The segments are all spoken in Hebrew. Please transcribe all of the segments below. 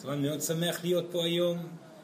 סורן מאוד שמח להיות פה היום.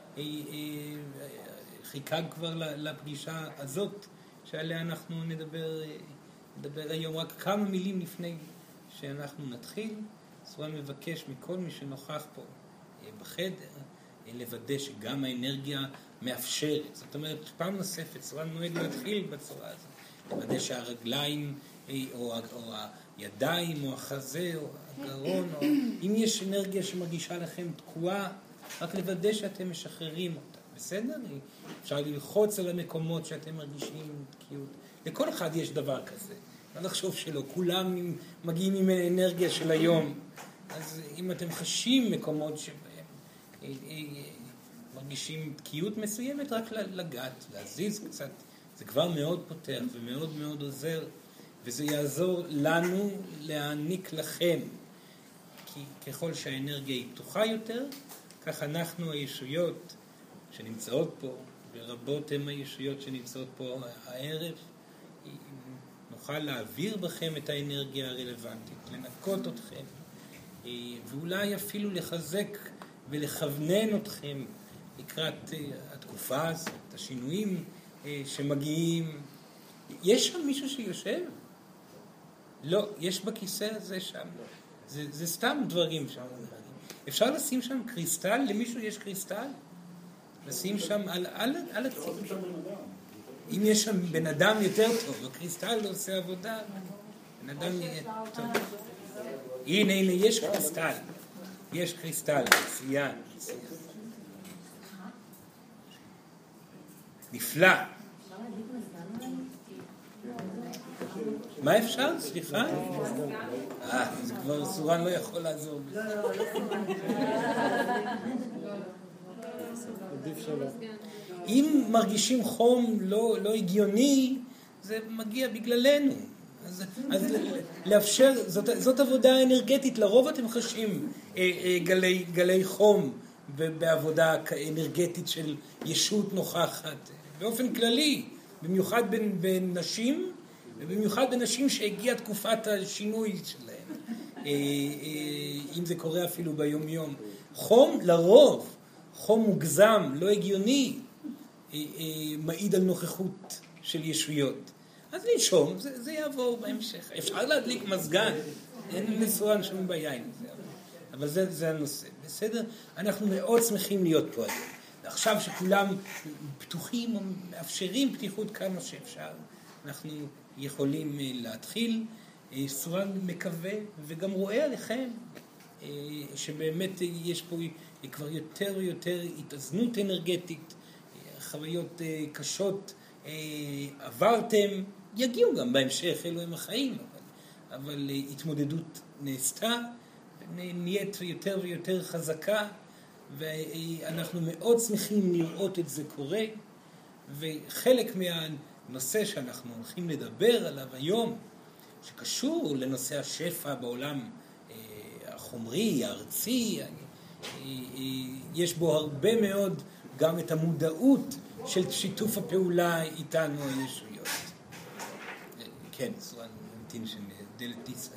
חיכה כבר לפגישה הזאת שעליה אנחנו נדבר היום. רק כמה מילים לפני שאנחנו נתחיל. סורן מבקש מכל מי שנוכח פה בחדר לוודא שגם האנרגיה מאפשרת. זאת אומרת, פעם נוספת, סורן נוהג להתחיל בצורה הזאת. לוודא שהרגליים או הידיים או החזה או הגרון, או אם יש אנרגיה שמרגישה לכם תקועה, רק לוודא שאתם משחררים אותה. בסדר? אפשר ללחוץ על המקומות שאתם מרגישים תקיעות. לכל אחד יש דבר כזה. לא לחשוב שלא. כולם מגיעים עם האנרגיה של היום. אז אם אתם חשים מקומות שבהם מרגישים תקיעות מסוימת, רק לגעת, להזיז קצת. זה כבר מאוד פותח ומאוד מאוד עוזר, וזה יעזור לנו להעניק לכם. כי ככל שהאנרגיה היא פתוחה יותר, כך אנחנו הישויות שנמצאות פה, ורבות הן הישויות שנמצאות פה הערב, נוכל להעביר בכם את האנרגיה הרלוונטית, לנקות אתכם, ואולי אפילו לחזק ולכוונן אתכם לקראת התקופה הזאת, השינויים שמגיעים. יש שם מישהו שיושב? לא, יש בכיסא הזה שם. זה סתם דברים שם. אפשר לשים שם קריסטל? למישהו יש קריסטל? לשים שם על הציבור. אם יש שם בן אדם יותר טוב, הקריסטל לא עושה עבודה, בן אדם יהיה טוב. הנה, יש קריסטל. יש קריסטל, מצוין. נפלא. מה אפשר? סליחה? זה כבר סורן לא יכול לעזור בזה. אם מרגישים חום לא הגיוני, זה מגיע בגללנו. אז לאפשר, זאת עבודה אנרגטית. לרוב אתם חשים גלי חום בעבודה אנרגטית של ישות נוכחת. באופן כללי, במיוחד בין נשים, ובמיוחד בנשים שהגיעה תקופת השינוי שלהם. אם זה קורה אפילו ביום יום. חום לרוב, חום מוגזם, לא הגיוני, מעיד על נוכחות של ישויות. אז לנשום, זה יעבור בהמשך. אפשר להדליק מזגן, אין לסורן שום בעיה עם זה. אבל זה הנושא. בסדר? אנחנו מאוד שמחים להיות פה היום. עכשיו שכולם פתוחים או מאפשרים פתיחות כמה שאפשר, אנחנו יכולים להתחיל. סורן מקווה וגם רואה עליכם שבאמת יש פה כבר יותר ויותר התאזנות אנרגטית, חוויות קשות עברתם, יגיעו גם בהמשך, אלו הם החיים, אבל התמודדות נעשתה, נהיית יותר ויותר חזקה, ואנחנו מאוד שמחים לראות את זה קורה, וחלק מהנושא שאנחנו הולכים לדבר עליו היום, שקשור לנושא השפע בעולם החומרי, הארצי, יש בו הרבה מאוד גם את המודעות של שיתוף הפעולה איתנו הישויות. כן, סורן נמתין שדלת תיסגר.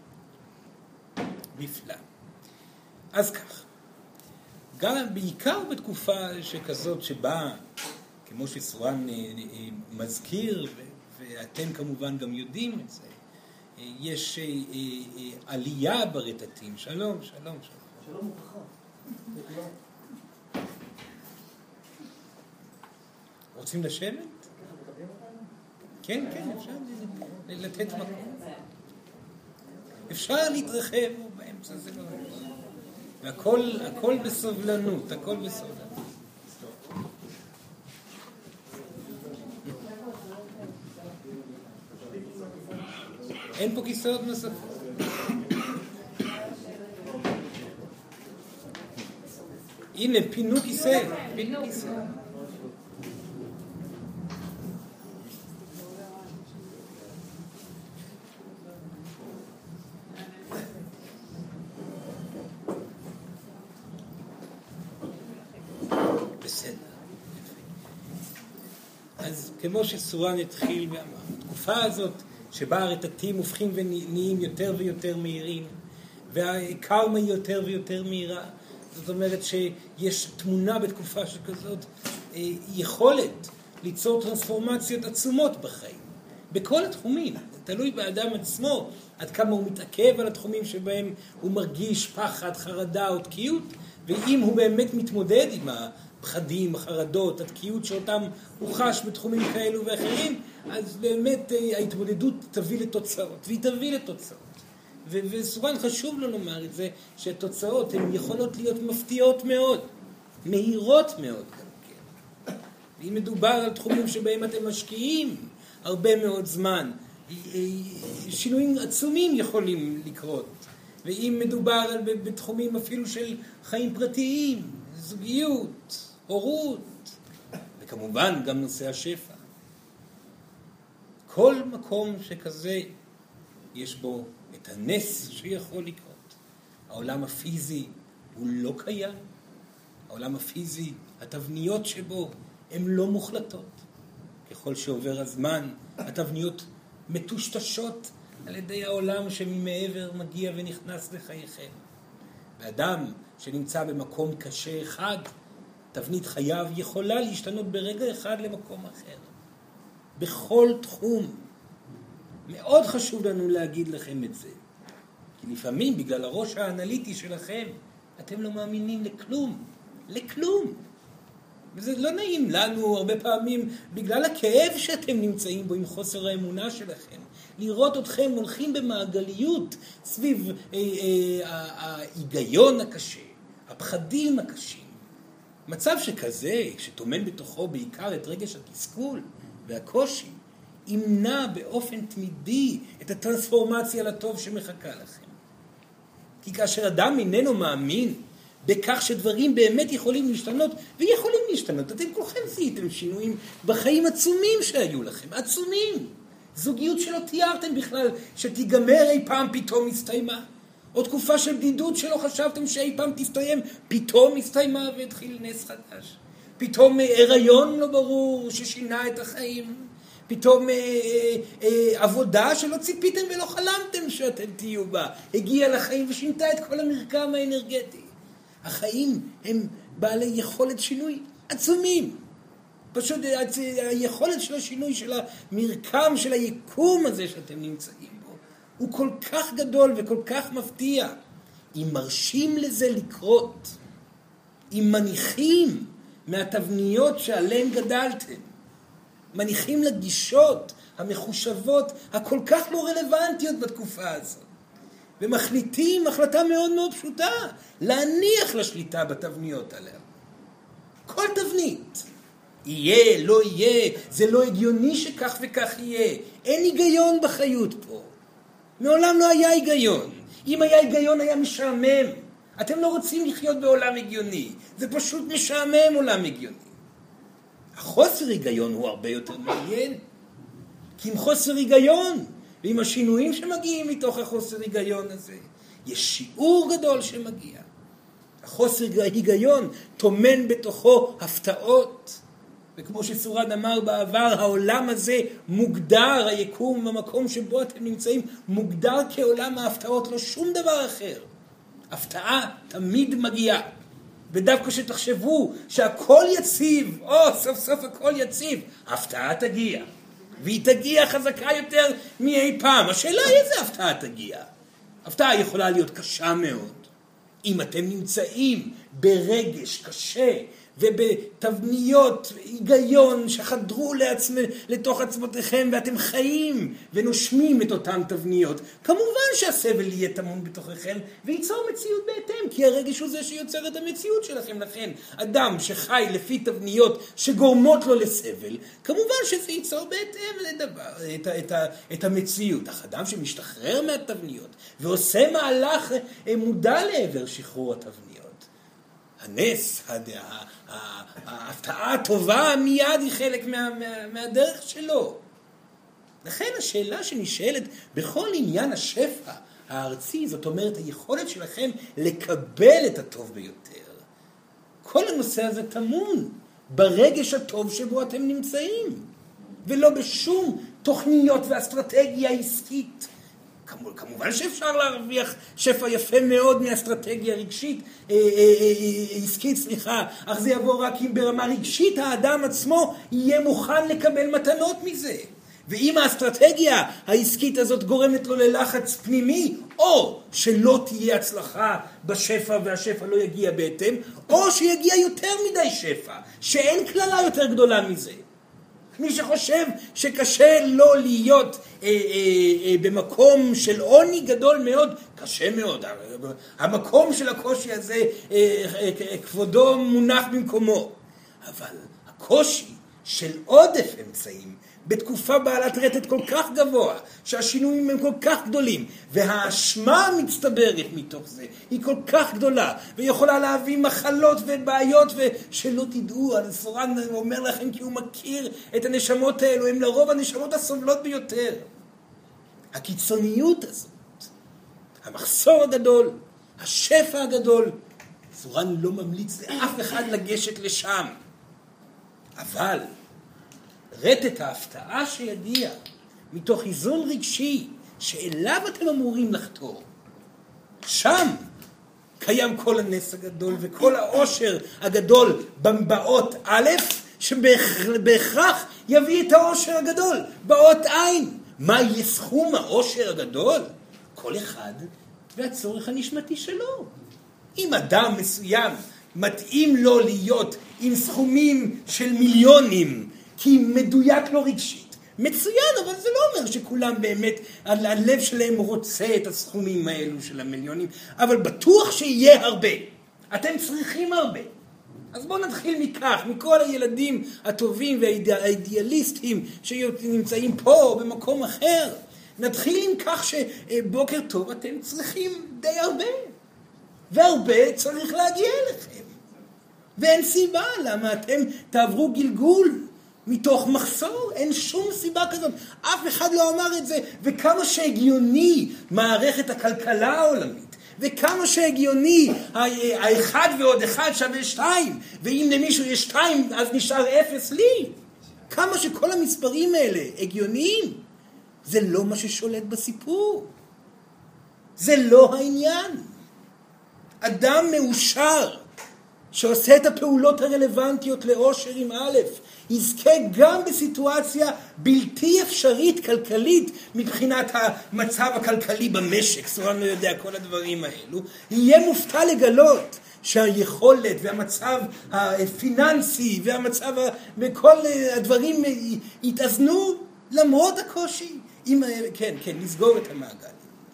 נפלא. אז כך, גם בעיקר בתקופה שכזאת שבה, כמו שסורן מזכיר, ואתם כמובן גם יודעים את זה, יש עלייה ברטטים. שלום, שלום, שלום. שלום וברכה. רוצים לשבת? כן, כן, אפשר לתת מקום. אפשר להתרחב באמצע, זה לא נכון. הכל בסובלנות, הכל בסובלנות. אין פה כיסאות נוספות. הנה, פינו כיסא. בסדר. אז כמו שסורן התחיל בתקופה הזאת, שבה הרטטים הופכים ונהיים יותר ויותר מהירים, והקרמה יותר ויותר מהירה, זאת אומרת שיש תמונה בתקופה שכזאת, יכולת ליצור טרנספורמציות עצומות בחיים. בכל התחומים, תלוי באדם עצמו, עד כמה הוא מתעכב על התחומים שבהם הוא מרגיש פחד, חרדה או תקיעות, ואם הוא באמת מתמודד עם הפחדים, החרדות, התקיעות שאותם הוא חש בתחומים כאלו ואחרים, אז באמת ההתמודדות תביא לתוצאות, והיא תביא לתוצאות. וסורן חשוב לו לומר את זה, שהתוצאות הן יכולות להיות מפתיעות מאוד, מהירות מאוד גם כן. ואם מדובר על תחומים שבהם אתם משקיעים הרבה מאוד זמן, שינויים עצומים יכולים לקרות. ואם מדובר בתחומים אפילו של חיים פרטיים, זוגיות, הורות, וכמובן גם נושא השפע. כל מקום שכזה יש בו את הנס שיכול לקרות. העולם הפיזי הוא לא קיים. העולם הפיזי, התבניות שבו הן לא מוחלטות. ככל שעובר הזמן, התבניות מטושטשות על ידי העולם שממעבר מגיע ונכנס לחייכם. ואדם שנמצא במקום קשה אחד, תבנית חייו יכולה להשתנות ברגע אחד למקום אחר. בכל תחום. מאוד חשוב לנו להגיד לכם את זה. כי לפעמים בגלל הראש האנליטי שלכם, אתם לא מאמינים לכלום. לכלום. וזה לא נעים לנו הרבה פעמים, בגלל הכאב שאתם נמצאים בו עם חוסר האמונה שלכם. לראות אתכם הולכים במעגליות סביב ההיגיון הקשה, הפחדים הקשים. מצב שכזה, שתומן בתוכו בעיקר את רגש התסכול והקושי, ימנע באופן תמידי את הטרנספורמציה לטוב שמחכה לכם. כי כאשר אדם איננו מאמין בכך שדברים באמת יכולים להשתנות, ויכולים להשתנות, אתם כולכם זיהיתם שינויים בחיים עצומים שהיו לכם, עצומים. זוגיות שלא תיארתם בכלל שתיגמר אי פעם פתאום הסתיימה. או תקופה של בדידות שלא חשבתם שאי פעם תסתיים, פתאום הסתיימה והתחיל נס חדש. פתאום הריון לא ברור ששינה את החיים. פתאום עבודה שלא ציפיתם ולא חלמתם שאתם תהיו בה. הגיעה לחיים ושינתה את כל המרקם האנרגטי. החיים הם בעלי יכולת שינוי עצומים. פשוט היכולת של השינוי של המרקם של היקום הזה שאתם נמצאים בו הוא כל כך גדול וכל כך מפתיע. אם מרשים לזה לקרות, אם מניחים מהתבניות שעליהן גדלתם, מניחים לגישות המחושבות הכל כך לא רלוונטיות בתקופה הזאת, ומחליטים החלטה מאוד מאוד פשוטה, להניח לשליטה בתבניות עליה. כל תבנית. יהיה, לא יהיה, זה לא הגיוני שכך וכך יהיה. אין היגיון בחיות פה. מעולם לא היה היגיון. אם היה היגיון היה משעמם. אתם לא רוצים לחיות בעולם הגיוני. זה פשוט משעמם עולם הגיוני. החוסר היגיון הוא הרבה יותר מעניין. כי עם חוסר היגיון, ועם השינויים שמגיעים מתוך החוסר היגיון הזה, יש שיעור גדול שמגיע. החוסר היגיון תומן בתוכו הפתעות. וכמו שסורן אמר בעבר, העולם הזה מוגדר, היקום במקום שבו אתם נמצאים, מוגדר כעולם ההפתעות, לא שום דבר אחר. הפתעה תמיד מגיעה. ודווקא שתחשבו שהכל יציב, סוף סוף הכל יציב, הפתעה תגיע. והיא תגיע חזקה יותר מאי פעם. השאלה היא איזה הפתעה תגיע. הפתעה יכולה להיות קשה מאוד. אם אתם נמצאים ברגש קשה ובתבניות היגיון שחדרו לתוך עצמותיכם ואתם חיים ונושמים את אותן תבניות, כמובן שהסבל יהיה טמון בתוככם וייצור מציאות בהתאם, כי הרגש הוא זה שיוצר את המציאות שלכם. לכן אדם שחי לפי תבניות שגורמות לו לסבל, כמובן שזה ייצור בהתאם את המציאות. אך אדם שמשתחרר מהתבניות ועושה מהלך מודע לעבר שחרור התבניות, הנס, ההפתעה הטובה מיד היא חלק מהדרך שלו. לכן השאלה שנשאלת בכל עניין השפע הארצי, זאת אומרת היכולת שלכם לקבל את הטוב ביותר. כל הנושא הזה טמון ברגש הטוב שבו אתם נמצאים, ולא בשום תוכניות ואסטרטגיה עסקית כמובן שאפשר להרוויח שפע יפה מאוד מאסטרטגיה רגשית, עסקית, אך זה יבוא רק אם ברמה רגשית האדם עצמו יהיה מוכן לקבל מתנות מזה. ואם האסטרטגיה העסקית הזאת גורמת לו ללחץ פנימי, או שלא תהיה הצלחה בשפע והשפע לא יגיע בהתאם, או שיגיע יותר מדי שפע, שאין כללה יותר גדולה מזה. מי שחושב שקשה לא להיות במקום של עוני גדול מאוד, קשה מאוד. המקום של הקושי הזה, כבודו מונח במקומו. אבל הקושי של עודף אמצעים, בתקופה בעלת רטט כל כך גבוה, שהשינויים הם כל כך גדולים, והאשמה המצטברת מתוך זה היא כל כך גדולה, ויכולה להביא מחלות ובעיות, ושלא תדעו, הסורן אומר לכם כי הוא מכיר את הנשמות האלו, הם לרוב הנשמות הסובלות ביותר. הקיצוניות הזאת, המחסור הגדול, השפע הגדול, הסורן לא ממליץ לאף אחד לגשת לשם. אבל רטט ההפתעה שיגיע מתוך איזון רגשי שאליו אתם אמורים לחתור, שם קיים כל הנס הגדול וכל העושר הגדול באות א', שבהכרח יביא את העושר הגדול באות עין. מה יהיה סכום העושר הגדול? כל אחד והצורך הנשמתי שלו. אם אדם מסוים מתאים לו להיות עם סכומים של מיליונים כי מדויק לו רגשית, מצוין, אבל זה לא אומר שכולם באמת, הלב שלהם רוצה את הסכומים האלו של המיליונים, אבל בטוח שיהיה הרבה. אתם צריכים הרבה. אז בואו נתחיל מכך, מכל הילדים הטובים והאידיאליסטים שנמצאים פה או במקום אחר. נתחיל עם כך שבוקר טוב אתם צריכים די הרבה. והרבה צריך להגיע אליכם. ואין סיבה למה אתם תעברו גלגול מתוך מחסור, אין שום סיבה כזאת. אף אחד לא אמר את זה. וכמה שהגיוני מערכת הכלכלה העולמית, וכמה שהגיוני האחד ועוד אחד שווה 2, ואם למישהו יש 2 אז נשאר 0 לי. כמה שכל המספרים האלה הגיוניים, זה לא מה ששולט בסיפור. זה לא העניין. אדם מאושר שעושה את הפעולות הרלוונטיות לאושר עם א', יזכה גם בסיטואציה בלתי אפשרית כלכלית מבחינת המצב הכלכלי במשק, סורן לא יודע כל הדברים האלו, יהיה מופתע לגלות שהיכולת והמצב הפיננסי והמצב וכל הדברים יתאזנו למרות הקושי. כן, נסגור את המעגל.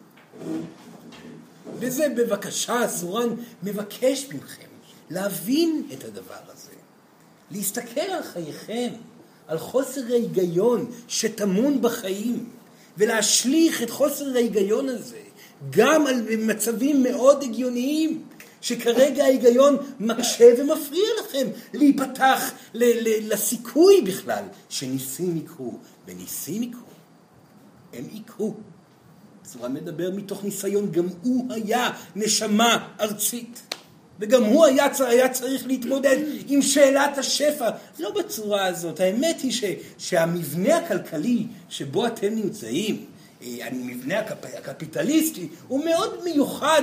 וזה בבקשה, סורן מבקש מכם להבין את הדבר הזה. להסתכל על חייכם, על חוסר ההיגיון שטמון בחיים, ולהשליך את חוסר ההיגיון הזה גם על מצבים מאוד הגיוניים, שכרגע ההיגיון מקשה ומפריע לכם להיפתח לסיכוי בכלל שניסים יקרו, וניסים יקרו. הם יקרו. סורן מדבר מתוך ניסיון, גם הוא היה נשמה ארצית. וגם הוא היה צריך להתמודד עם שאלת השפע. לא בצורה הזאת. האמת היא שהמבנה הכלכלי שבו אתם נמצאים, המבנה הקפיטליסטי, הוא מאוד מיוחד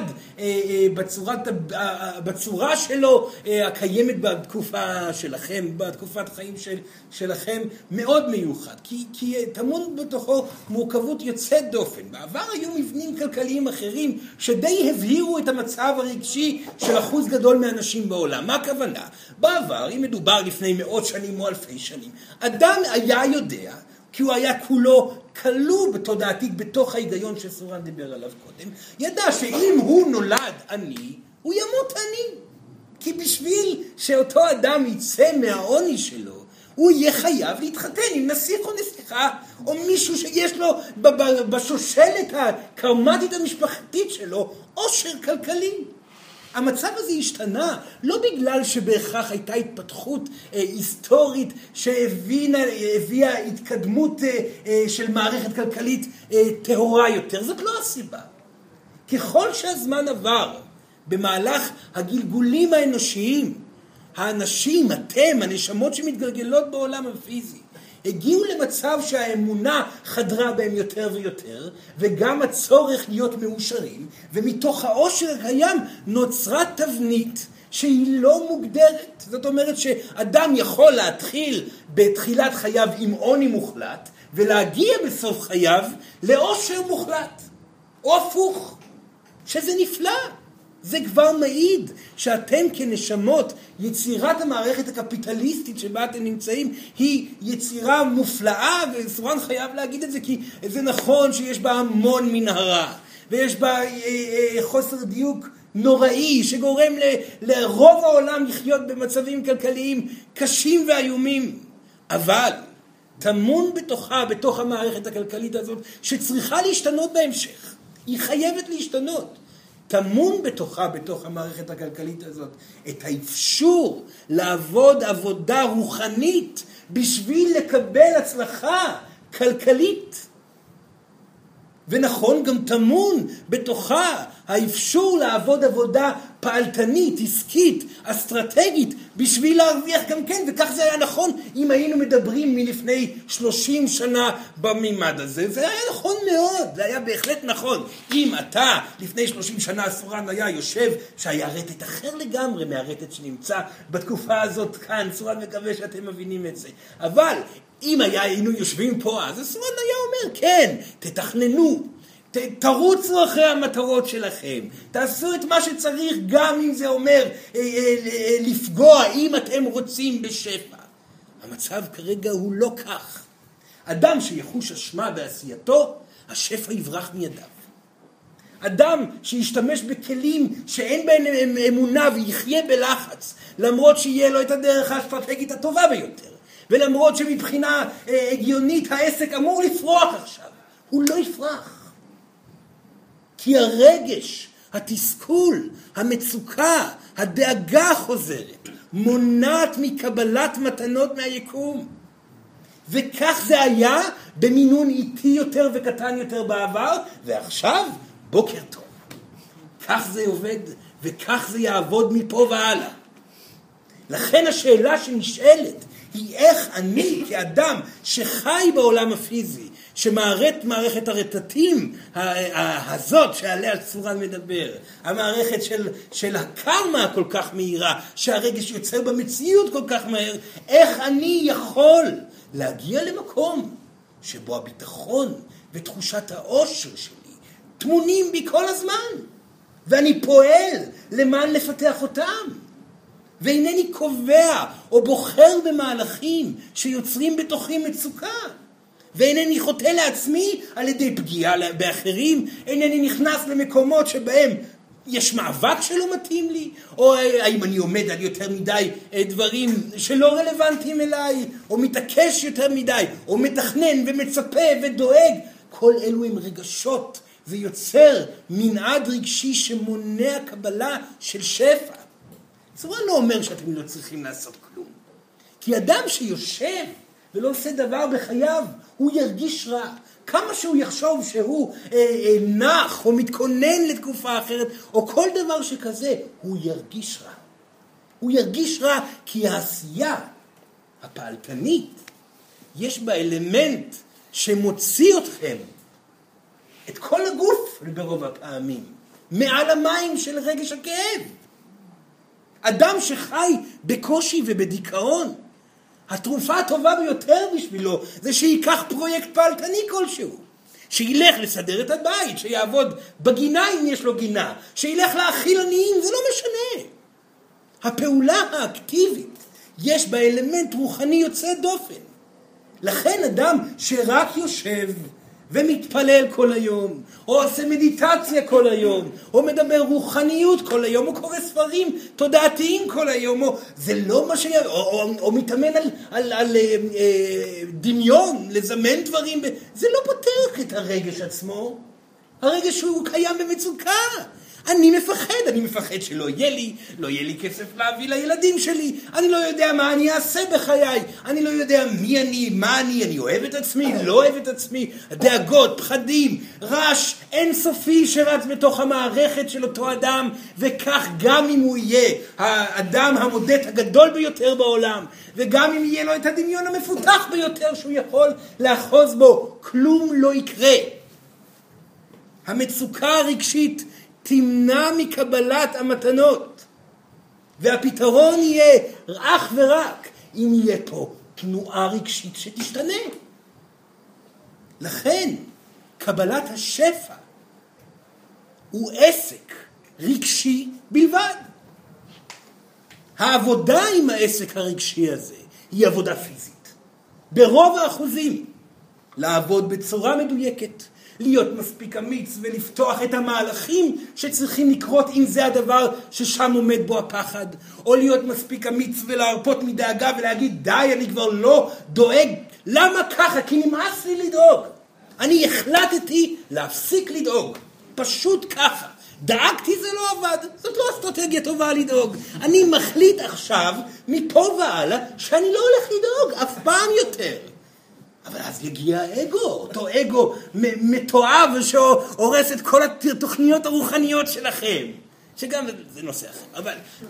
בצורה שלו הקיימת בתקופה שלכם, בתקופת חיים שלכם, מאוד מיוחד. כי טמון בתוכו מורכבות יוצאת דופן. בעבר היו מבנים כלכליים אחרים שדי הבהירו את המצב הרגשי של אחוז גדול מהאנשים בעולם. מה הכוונה? בעבר, אם מדובר לפני מאות שנים או אלפי שנים, אדם היה יודע, כי הוא היה כולו כלוא בתודעתיק בתוך ההיגיון שסורן דיבר עליו קודם, ידע שאם הוא נולד עני, הוא ימות עני. כי בשביל שאותו אדם יצא מהעוני שלו, הוא יהיה חייב להתחתן עם נסיך או נסיכה, או מישהו שיש לו בשושלת הקרמטית המשפחתית שלו עושר כלכלי. המצב הזה השתנה, לא בגלל שבהכרח הייתה התפתחות היסטורית שהביאה התקדמות של מערכת כלכלית טהורה יותר. זאת לא הסיבה. ככל שהזמן עבר, במהלך הגלגולים האנושיים, האנשים, אתם, הנשמות שמתגלגלות בעולם הפיזי, הגיעו למצב שהאמונה חדרה בהם יותר ויותר, וגם הצורך להיות מאושרים, ומתוך העושר הקיים נוצרה תבנית שהיא לא מוגדרת. זאת אומרת שאדם יכול להתחיל בתחילת חייו עם עוני מוחלט, ולהגיע בסוף חייו לעושר מוחלט, או הפוך, שזה נפלא. זה כבר מעיד שאתם כנשמות, יצירת המערכת הקפיטליסטית שבה אתם נמצאים, היא יצירה מופלאה, וסורן חייב להגיד את זה, כי זה נכון שיש בה המון מנהרה, ויש בה חוסר דיוק נוראי, שגורם לרוב העולם לחיות במצבים כלכליים קשים ואיומים. אבל טמון בתוכה, בתוך המערכת הכלכלית הזאת, שצריכה להשתנות בהמשך. היא חייבת להשתנות. טמון בתוכה, בתוך המערכת הכלכלית הזאת, את האפשור לעבוד עבודה רוחנית בשביל לקבל הצלחה כלכלית. ונכון, גם טמון בתוכה האפשור לעבוד עבודה פעלתנית, עסקית, אסטרטגית, בשביל להרוויח גם כן, וכך זה היה נכון אם היינו מדברים מלפני 30 שנה בממד הזה. זה היה נכון מאוד, זה היה בהחלט נכון. אם אתה לפני 30 שנה סורן היה יושב, שהיה רטט אחר לגמרי מהרטט שנמצא בתקופה הזאת כאן, סורן מקווה שאתם מבינים את זה. אבל אם היינו יושבים פה, אז סורן היה אומר, כן, תתכננו, תרוצו אחרי המטרות שלכם, תעשו את מה שצריך, גם אם זה אומר לפגוע, אם אתם רוצים בשפע. המצב כרגע הוא לא כך. אדם שיחוש אשמה בעשייתו, השפע יברח מידיו. אדם שישתמש בכלים שאין בהם אמונה ויחיה בלחץ, למרות שיהיה לו את הדרך האסטרטגית הטובה ביותר, ולמרות שמבחינה הגיונית העסק אמור לפרוח עכשיו, הוא לא יפרח. כי הרגש, התסכול, המצוקה, הדאגה חוזרת, מונעת מקבלת מתנות מהיקום. וכך זה היה במינון איטי יותר וקטן יותר בעבר, ועכשיו בוקר טוב. כך זה עובד וכך זה יעבוד מפה והלאה. לכן השאלה שנשאלת היא איך אני כאדם שחי בעולם הפיזי, שמערכת הרטטים הזאת שעליה סורן מדבר, המערכת של הקרמה הכל כך מהירה, שהרגש יוצר במציאות כל כך מהר, איך אני יכול להגיע למקום שבו הביטחון ותחושת העושר שלי תמונים בי כל הזמן, ואני פועל למען לפתח אותם. ואינני קובע או בוחר במהלכים שיוצרים בתוכי מצוקה. ואינני חוטא לעצמי על ידי פגיעה באחרים, אינני נכנס למקומות שבהם יש מאבק שלא מתאים לי, או האם אני עומד על יותר מדי דברים שלא רלוונטיים אליי, או מתעקש יותר מדי, או מתכנן ומצפה ודואג. כל אלו הם רגשות, ויוצר מנעד רגשי שמונע קבלה של שפע. סורן לא אומר שאתם לא צריכים לעשות כלום. כי אדם שיושב ולא עושה דבר בחייו, הוא ירגיש רע. כמה שהוא יחשוב שהוא נח או מתכונן לתקופה אחרת, או כל דבר שכזה, הוא ירגיש רע. הוא ירגיש רע כי העשייה הפעלתנית, יש בה אלמנט שמוציא אתכם, את כל הגוף ברוב הפעמים, מעל המים של רגש הכאב. אדם שחי בקושי ובדיכאון, התרופה הטובה ביותר בשבילו זה שייקח פרויקט פעלתני כלשהו. שילך לסדר את הבית, שיעבוד בגינה אם יש לו גינה, שילך להאכיל עניים, זה לא משנה. הפעולה האקטיבית יש בה אלמנט רוחני יוצא דופן. לכן אדם שרק יושב ומתפלל כל היום, או עושה מדיטציה כל היום, או מדבר רוחניות כל היום, או קורא ספרים תודעתיים כל היום, או זה לא מה או מתאמן על דמיון, לזמן דברים, זה לא פותר את הרגש עצמו. הרגש הוא קיים במצוקה. אני מפחד שלא יהיה לי, לא יהיה לי כסף להביא לילדים שלי, אני לא יודע מה אני אעשה בחיי, אני לא יודע מי אני, מה אני אוהב את עצמי, לא אוהב את עצמי, דאגות, פחדים, רעש אינסופי שרץ בתוך המערכת של אותו אדם, וכך גם אם הוא יהיה האדם המודד הגדול ביותר בעולם, וגם אם יהיה לו את הדמיון המפותח ביותר שהוא יכול לאחוז בו, כלום לא יקרה. המצוקה הרגשית תמנע מקבלת המתנות, והפתרון יהיה אך ורק אם יהיה פה תנועה רגשית שתשתנה. לכן קבלת השפע הוא עסק רגשי בלבד. העבודה עם העסק הרגשי הזה היא עבודה פיזית. ברוב האחוזים לעבוד בצורה מדויקת, להיות מספיק אמיץ ולפתוח את המהלכים שצריכים לקרות אם זה הדבר ששם עומד בו הפחד, או להיות מספיק אמיץ ולהרפות מדאגה ולהגיד די, אני כבר לא דואג. למה ככה? כי נמאס לי לדאוג. אני החלטתי להפסיק לדאוג, פשוט ככה. דאגתי, זה לא עבד, זאת לא אסטרטגיה טובה לדאוג. אני מחליט עכשיו מפה והלאה שאני לא הולך לדאוג אף פעם יותר. אבל אז יגיע האגו, אותו אגו מתועב שהורס את כל התוכניות הרוחניות שלכם. שגם זה נושא אחר. אבל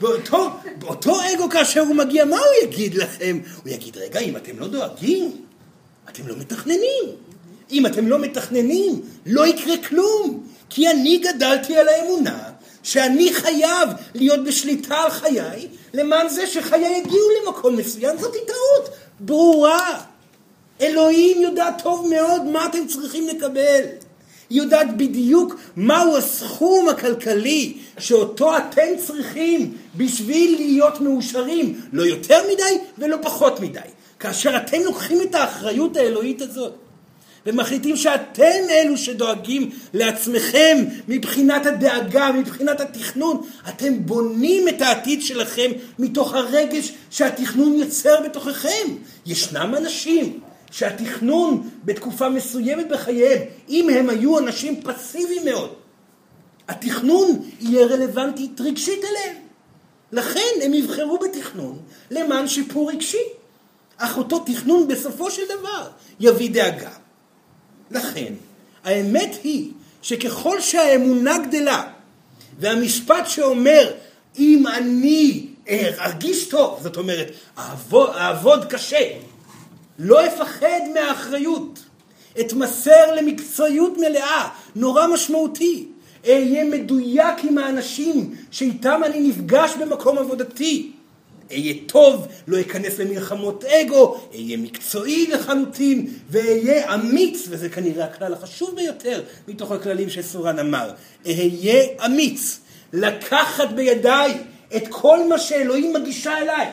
באותו אגו כאשר הוא מגיע, מה הוא יגיד לכם? הוא יגיד, רגע, אם אתם לא דואגים, אתם לא מתכננים. אם אתם לא מתכננים, לא יקרה כלום. כי אני גדלתי על האמונה שאני חייב להיות בשליטה על חיי, למען זה שחיי יגיעו למקום מסוים. זאת טעות ברורה. אלוהים יודע טוב מאוד מה אתם צריכים לקבל. היא יודעת בדיוק מהו הסכום הכלכלי שאותו אתם צריכים בשביל להיות מאושרים. לא יותר מדי ולא פחות מדי. כאשר אתם לוקחים את האחריות האלוהית הזאת ומחליטים שאתם אלו שדואגים לעצמכם מבחינת הדאגה, מבחינת התכנון, אתם בונים את העתיד שלכם מתוך הרגש שהתכנון יוצר בתוככם. ישנם אנשים שהתכנון בתקופה מסוימת בחייהם, אם הם היו אנשים פסיביים מאוד, התכנון יהיה רלוונטי רגשית אליהם. לכן הם יבחרו בתכנון למען שיפור רגשי. אך אותו תכנון בסופו של דבר יביא דאגה. לכן האמת היא שככל שהאמונה גדלה, והמשפט שאומר אם אני ארגיש טוב, זאת אומרת אעבוד קשה, לא אפחד מהאחריות, אתמסר למקצועיות מלאה, נורא משמעותי, אהיה מדויק עם האנשים שאיתם אני נפגש במקום עבודתי, אהיה טוב, לא אכנס למלחמות אגו, אהיה מקצועי לחלוטין, ואהיה אמיץ, וזה כנראה הכלל החשוב ביותר מתוך הכללים שסורן אמר, אהיה אמיץ, לקחת בידיי את כל מה שאלוהים מגישה אליי.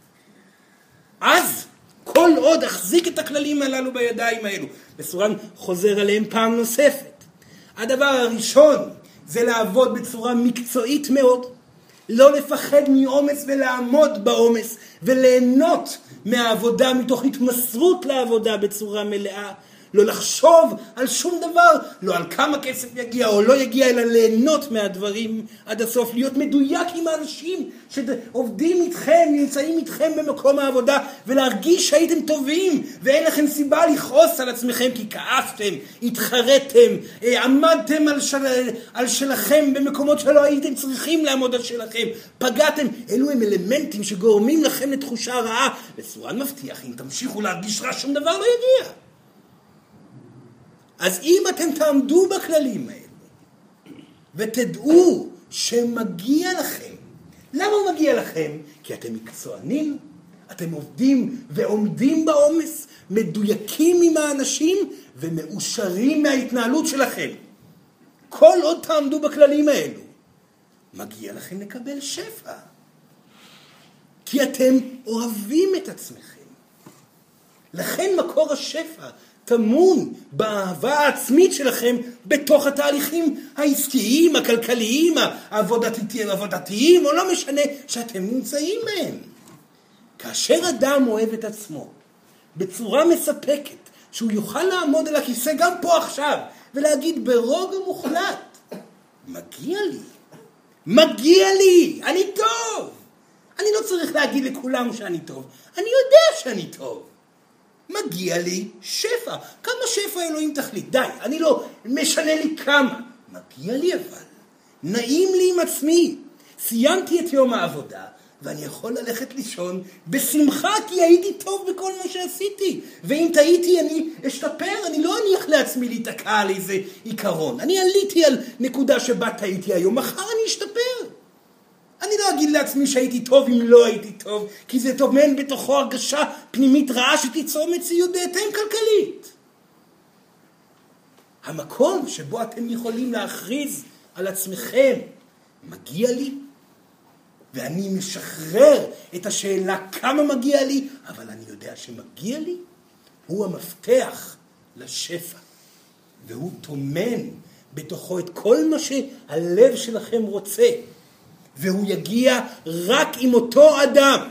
אז כל עוד אחזיק את הכללים הללו בידיים האלו, וסורן חוזר עליהם פעם נוספת. הדבר הראשון זה לעבוד בצורה מקצועית מאוד, לא לפחד מאומץ ולעמוד באומץ, וליהנות מהעבודה מתוך התמסרות לעבודה בצורה מלאה, לא לחשוב על שום דבר, לא על כמה כסף יגיע או לא יגיע, אלא ליהנות מהדברים עד הסוף, להיות מדויק עם האנשים שעובדים איתכם, נמצאים איתכם במקום העבודה, ולהרגיש שהייתם טובים, ואין לכם סיבה לכעוס על עצמכם כי כעסתם, התחרתם, עמדתם על שלכם במקומות שלא הייתם צריכים לעמוד על שלכם, פגעתם. אלו הם אלמנטים שגורמים לכם לתחושה רעה, וסורן מבטיח, אם תמשיכו להרגיש רע, שום דבר לא יגיע. אז אם אתם תעמדו בכללים האלה, ותדעו שמגיע לכם, למה מגיע לכם? כי אתם מקצוענים, אתם עובדים ועומדים בעומס, מדויקים עם האנשים, ומאושרים מההתנהלות שלכם. כל עוד תעמדו בכללים האלו, מגיע לכם לקבל שפע. כי אתם אוהבים את עצמכם. לכן מקור השפע תמון באהבה העצמית שלכם בתוך התהליכים העסקיים, הכלכליים, העבודתיים, או לא משנה שאתם נמצאים בהם. כאשר אדם אוהב את עצמו בצורה מספקת, שהוא יוכל לעמוד על הכיסא גם פה עכשיו, ולהגיד ברוגע מוחלט, מגיע לי, מגיע לי, אני טוב. אני לא צריך להגיד לכולם שאני טוב, אני יודע שאני טוב. מגיע לי שפע. כמה שפע אלוהים תחליט? די, אני לא משנה לי כמה. מגיע לי אבל. נעים לי עם עצמי. סיימתי את יום העבודה, ואני יכול ללכת לישון בשמחה, כי הייתי טוב בכל מה שעשיתי. ואם טעיתי אני אשתפר, אני לא אניח לעצמי להיתקע על איזה עיקרון. אני עליתי על נקודה שבה טעיתי היום, מחר אני אשתפר. אני לא אגיד לעצמי שהייתי טוב אם לא הייתי טוב, כי זה טומן בתוכו הרגשה פנימית רעה שתיצור מציאות בהתאם כלכלית. המקום שבו אתם יכולים להכריז על עצמכם, מגיע לי, ואני משחרר את השאלה כמה מגיע לי, אבל אני יודע שמגיע לי, הוא המפתח לשפע, והוא טומן בתוכו את כל מה שהלב שלכם רוצה, והוא יגיע רק עם אותו אדם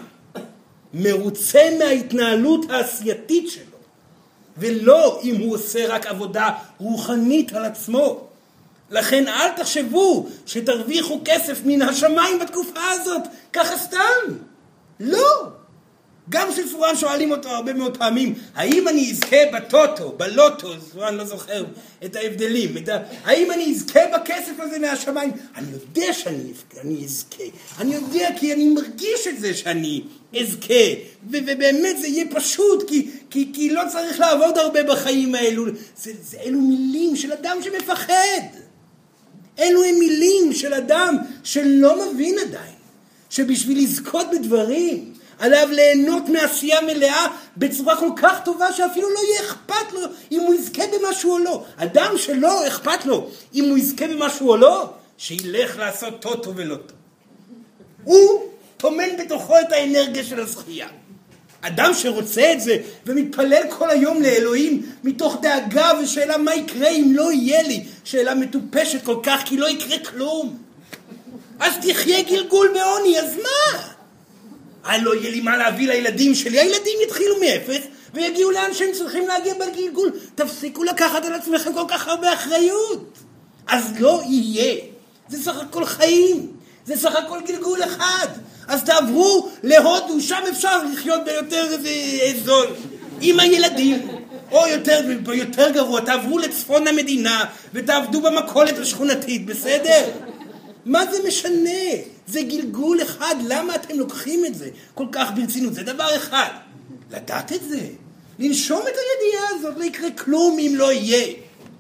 מרוצה מההתנהלות העשייתית שלו, ולא אם הוא עושה רק עבודה רוחנית על עצמו. לכן אל תחשבו שתרוויחו כסף מן השמיים בתקופה הזאת, ככה סתם. לא. גם שפורן שואלים אותו הרבה מאוד פעמים, האם אני אזכה בטוטו, בלוטו, אני לא זוכר את ההבדלים, האם אני אזכה בכסף הזה מהשמיים? אני יודע שאני אזכה, אני יודע כי אני מרגיש את זה שאני אזכה, ובאמת זה יהיה פשוט, כי לא צריך לעבוד הרבה בחיים האלו, אלו מילים של אדם שמפחד, אלו הם מילים של אדם שלא מבין עדיין, שבשביל לזכות בדברים, עליו ליהנות מעשייה מלאה בצורה כל כך טובה שאפילו לא יהיה אכפת לו אם הוא יזכה במשהו או לא. אדם שלא אכפת לו אם הוא יזכה במשהו או לא, שילך לעשות טוטו ולוטו. הוא טומן בתוכו את האנרגיה של הזכייה. אדם שרוצה את זה ומתפלל כל היום לאלוהים מתוך דאגה ושאלה מה יקרה אם לא יהיה לי, שאלה מטופשת כל כך כי לא יקרה כלום. אז תחיה גלגול בעוני, אז מה? לא יהיה לי מה להביא לילדים שלי, הילדים יתחילו מאפס ויגיעו לאן שהם צריכים להגיע בגלגול. תפסיקו לקחת על עצמכם כל כך הרבה אחריות. אז לא יהיה. זה סך הכל חיים, זה סך הכל גלגול אחד. אז תעברו להודו, שם אפשר לחיות ביותר זול עם הילדים, או יותר גרוע, תעברו לצפון המדינה ותעבדו במכולת השכונתית, בסדר? מה זה משנה? זה גלגול אחד. למה אתם לוקחים את זה כל כך ברצינות? זה דבר אחד. לדעת את זה. לנשום את הידיעה הזאת. לא יקרה כלום אם לא יהיה.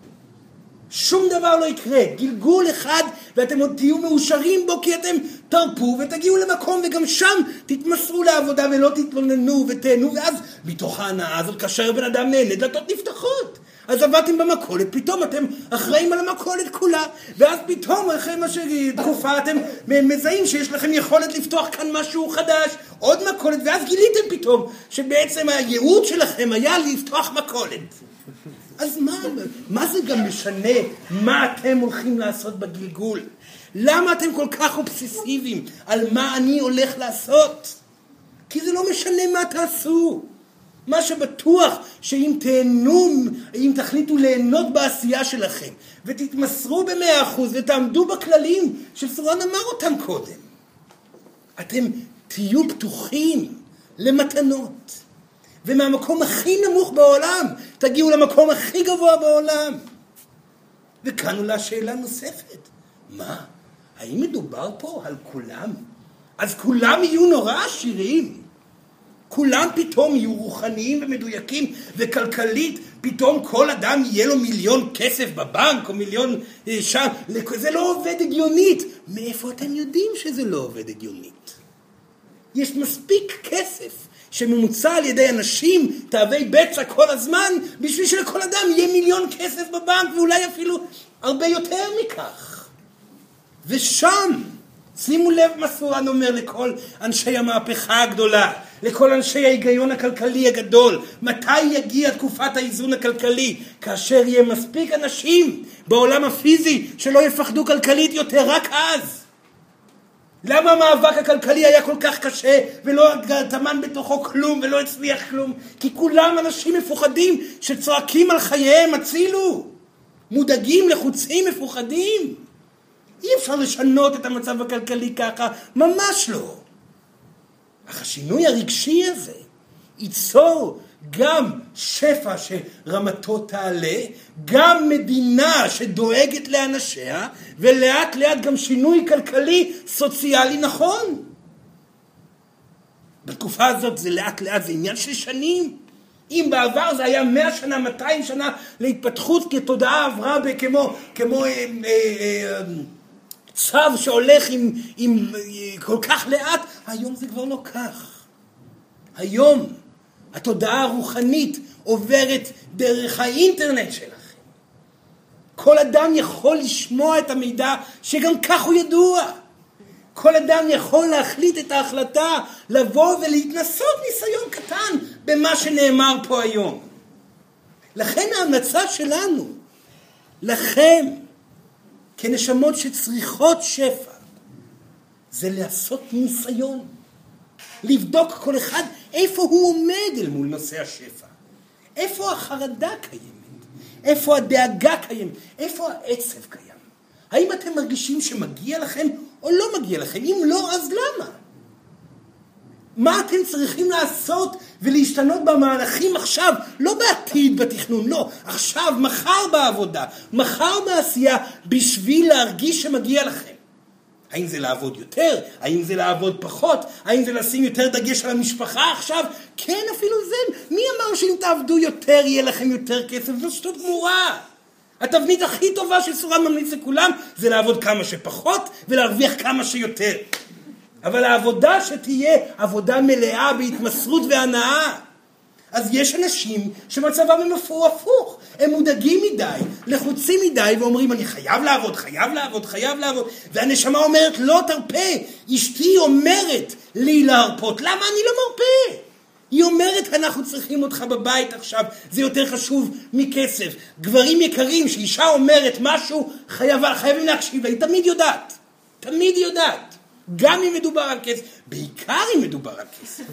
שום דבר לא יקרה. גלגול אחד ואתם עוד תהיו מאושרים בו כי אתם תרפו ותגיעו למקום וגם שם תתמסרו לעבודה ולא תתלוננו ותהנו, ואז מתוך ההנאה הזאת כאשר בן אדם נהנה דלתות נפתחות. אז עבדתם במכולת, פתאום אתם אחראים על המכולת כולה, ואז פתאום אחרי מה שתקופה אתם מזהים שיש לכם יכולת לפתוח כאן משהו חדש, עוד מכולת, ואז גיליתם פתאום שבעצם הייעוד שלכם היה לפתוח מכולת. אז מה זה גם משנה מה אתם הולכים לעשות בגלגול? למה אתם כל כך אובססיביים על מה אני הולך לעשות? כי זה לא משנה מה תעשו. מה שבטוח שאם אם תחליטו ליהנות בעשייה שלכם ותתמסרו ב100% ותעמדו בכללים שסורן אמר אותם קודם, אתם תהיו פתוחים למתנות, ומהמקום הכי נמוך בעולם תגיעו למקום הכי גבוה בעולם. וכאן עולה שאלה נוספת, מה? האם מדובר פה על כולם? אז כולם יהיו נורא עשירים? כולם פתאום יהיו רוחניים ומדויקים וכלכלית, פתאום כל אדם יהיה לו מיליון כסף בבנק או מיליון שם, זה לא עובד הגיונית. מאיפה אתם יודעים שזה לא עובד הגיונית? יש מספיק כסף שממוצע על ידי אנשים תאבי בצע כל הזמן בשביל שלכל אדם יהיה מיליון כסף בבנק ואולי אפילו הרבה יותר מכך. ושם שימו לב מה סורן אומר לכל אנשי המהפכה הגדולה, לכל אנשי ההיגיון הכלכלי הגדול. מתי יגיע תקופת האיזון הכלכלי? כאשר יהיה מספיק אנשים בעולם הפיזי שלא יפחדו כלכלית יותר, רק אז. למה המאבק הכלכלי היה כל כך קשה ולא טמן בתוכו כלום ולא הצליח כלום? כי כולם אנשים מפוחדים שצועקים על חייהם הצילו, מודאגים, לחוצים, מפוחדים. אי אפשר לשנות את המצב הכלכלי ככה, ממש לא. אך השינוי הרגשי הזה ייצור גם שפע שרמתו תעלה, גם מדינה שדואגת לאנשיה, ולאט לאט גם שינוי כלכלי סוציאלי נכון. בתקופה הזאת זה לאט לאט, זה עניין של שנים. אם בעבר זה היה 100 שנה, 200 שנה להתפתחות, כתודעה עברה כמו צו שהולך עם כל כך לאט, היום זה כבר לא כך. היום התודעה הרוחנית עוברת דרך האינטרנט שלכם. כל אדם יכול לשמוע את המידע שגם כך הוא ידוע. כל אדם יכול להחליט את ההחלטה, לבוא ולהתנסות ניסיון קטן במה שנאמר פה היום. לכן ההמלצה שלנו, לכם, כנשמות שצריכות שפע, זה לעשות ניסיון. לבדוק כל אחד איפה הוא עומד אל מול נושא השפע. איפה החרדה קיימת? איפה הדאגה קיימת? איפה העצב קיים? האם אתם מרגישים שמגיע לכם או לא מגיע לכם? אם לא, אז למה? מה אתם צריכים לעשות ולהשתנות במהלכים עכשיו? לא בעתיד בתכנון, לא. עכשיו, מחר בעבודה, מחר בעשייה, בשביל להרגיש שמגיע לכם. האם זה לעבוד יותר? האם זה לעבוד פחות? האם זה לשים יותר דגש על המשפחה עכשיו? כן, אפילו זה. מי אמר שאם תעבדו יותר יהיה לכם יותר כסף? זו שטות גמורה. התבנית הכי טובה שסורן ממליץ לכולם זה לעבוד כמה שפחות ולהרוויח כמה שיותר. אבל העבודה שתהיה עבודה מלאה בהתמסרות והנאה. אז יש אנשים שמצבם הם הפוך. הם מודאגים מדי, לחוצים מדי ואומרים אני חייב לעבוד. והנשמה אומרת לא תרפה. אשתי אומרת לי להרפות. למה אני לא מרפה? היא אומרת אנחנו צריכים אותך בבית עכשיו, זה יותר חשוב מכסף. גברים יקרים, שאישה אומרת משהו, חייבים להקשיב לה, היא תמיד יודעת. גם אם מדובר על כסף, בעיקר אם מדובר על כסף.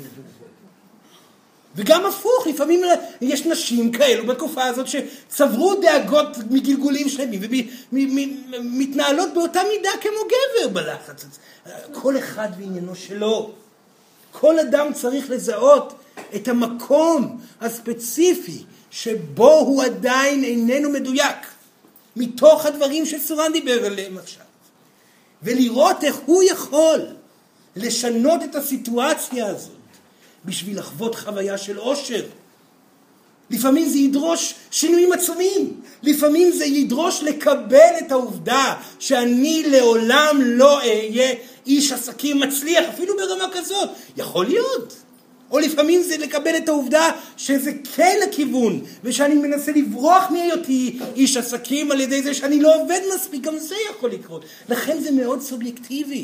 וגם הפוך, לפעמים יש נשים כאלו בתקופה הזאת שצברו דאגות מגלגולים שלמים, ומתנהלות באותה מידה כמו גבר בלחץ. כל אחד בעניינו שלו. כל אדם צריך לזהות את המקום הספציפי שבו הוא עדיין איננו מדויק, מתוך הדברים שסורן דיבר עליהם עכשיו. ולראות איך הוא יכול לשנות את הסיטואציה הזאת בשביל לחוות חוויה של עושר. לפעמים זה ידרוש שינויים עצומים. לפעמים זה ידרוש לקבל את העובדה שאני לעולם לא אהיה איש עסקים מצליח, אפילו ברמה כזאת. יכול להיות. או לפעמים זה לקבל את העובדה שזה כן הכיוון, ושאני מנסה לברוח מהיותי איש עסקים על ידי זה שאני לא עובד מספיק, גם זה יכול לקרות. לכן זה מאוד סובייקטיבי.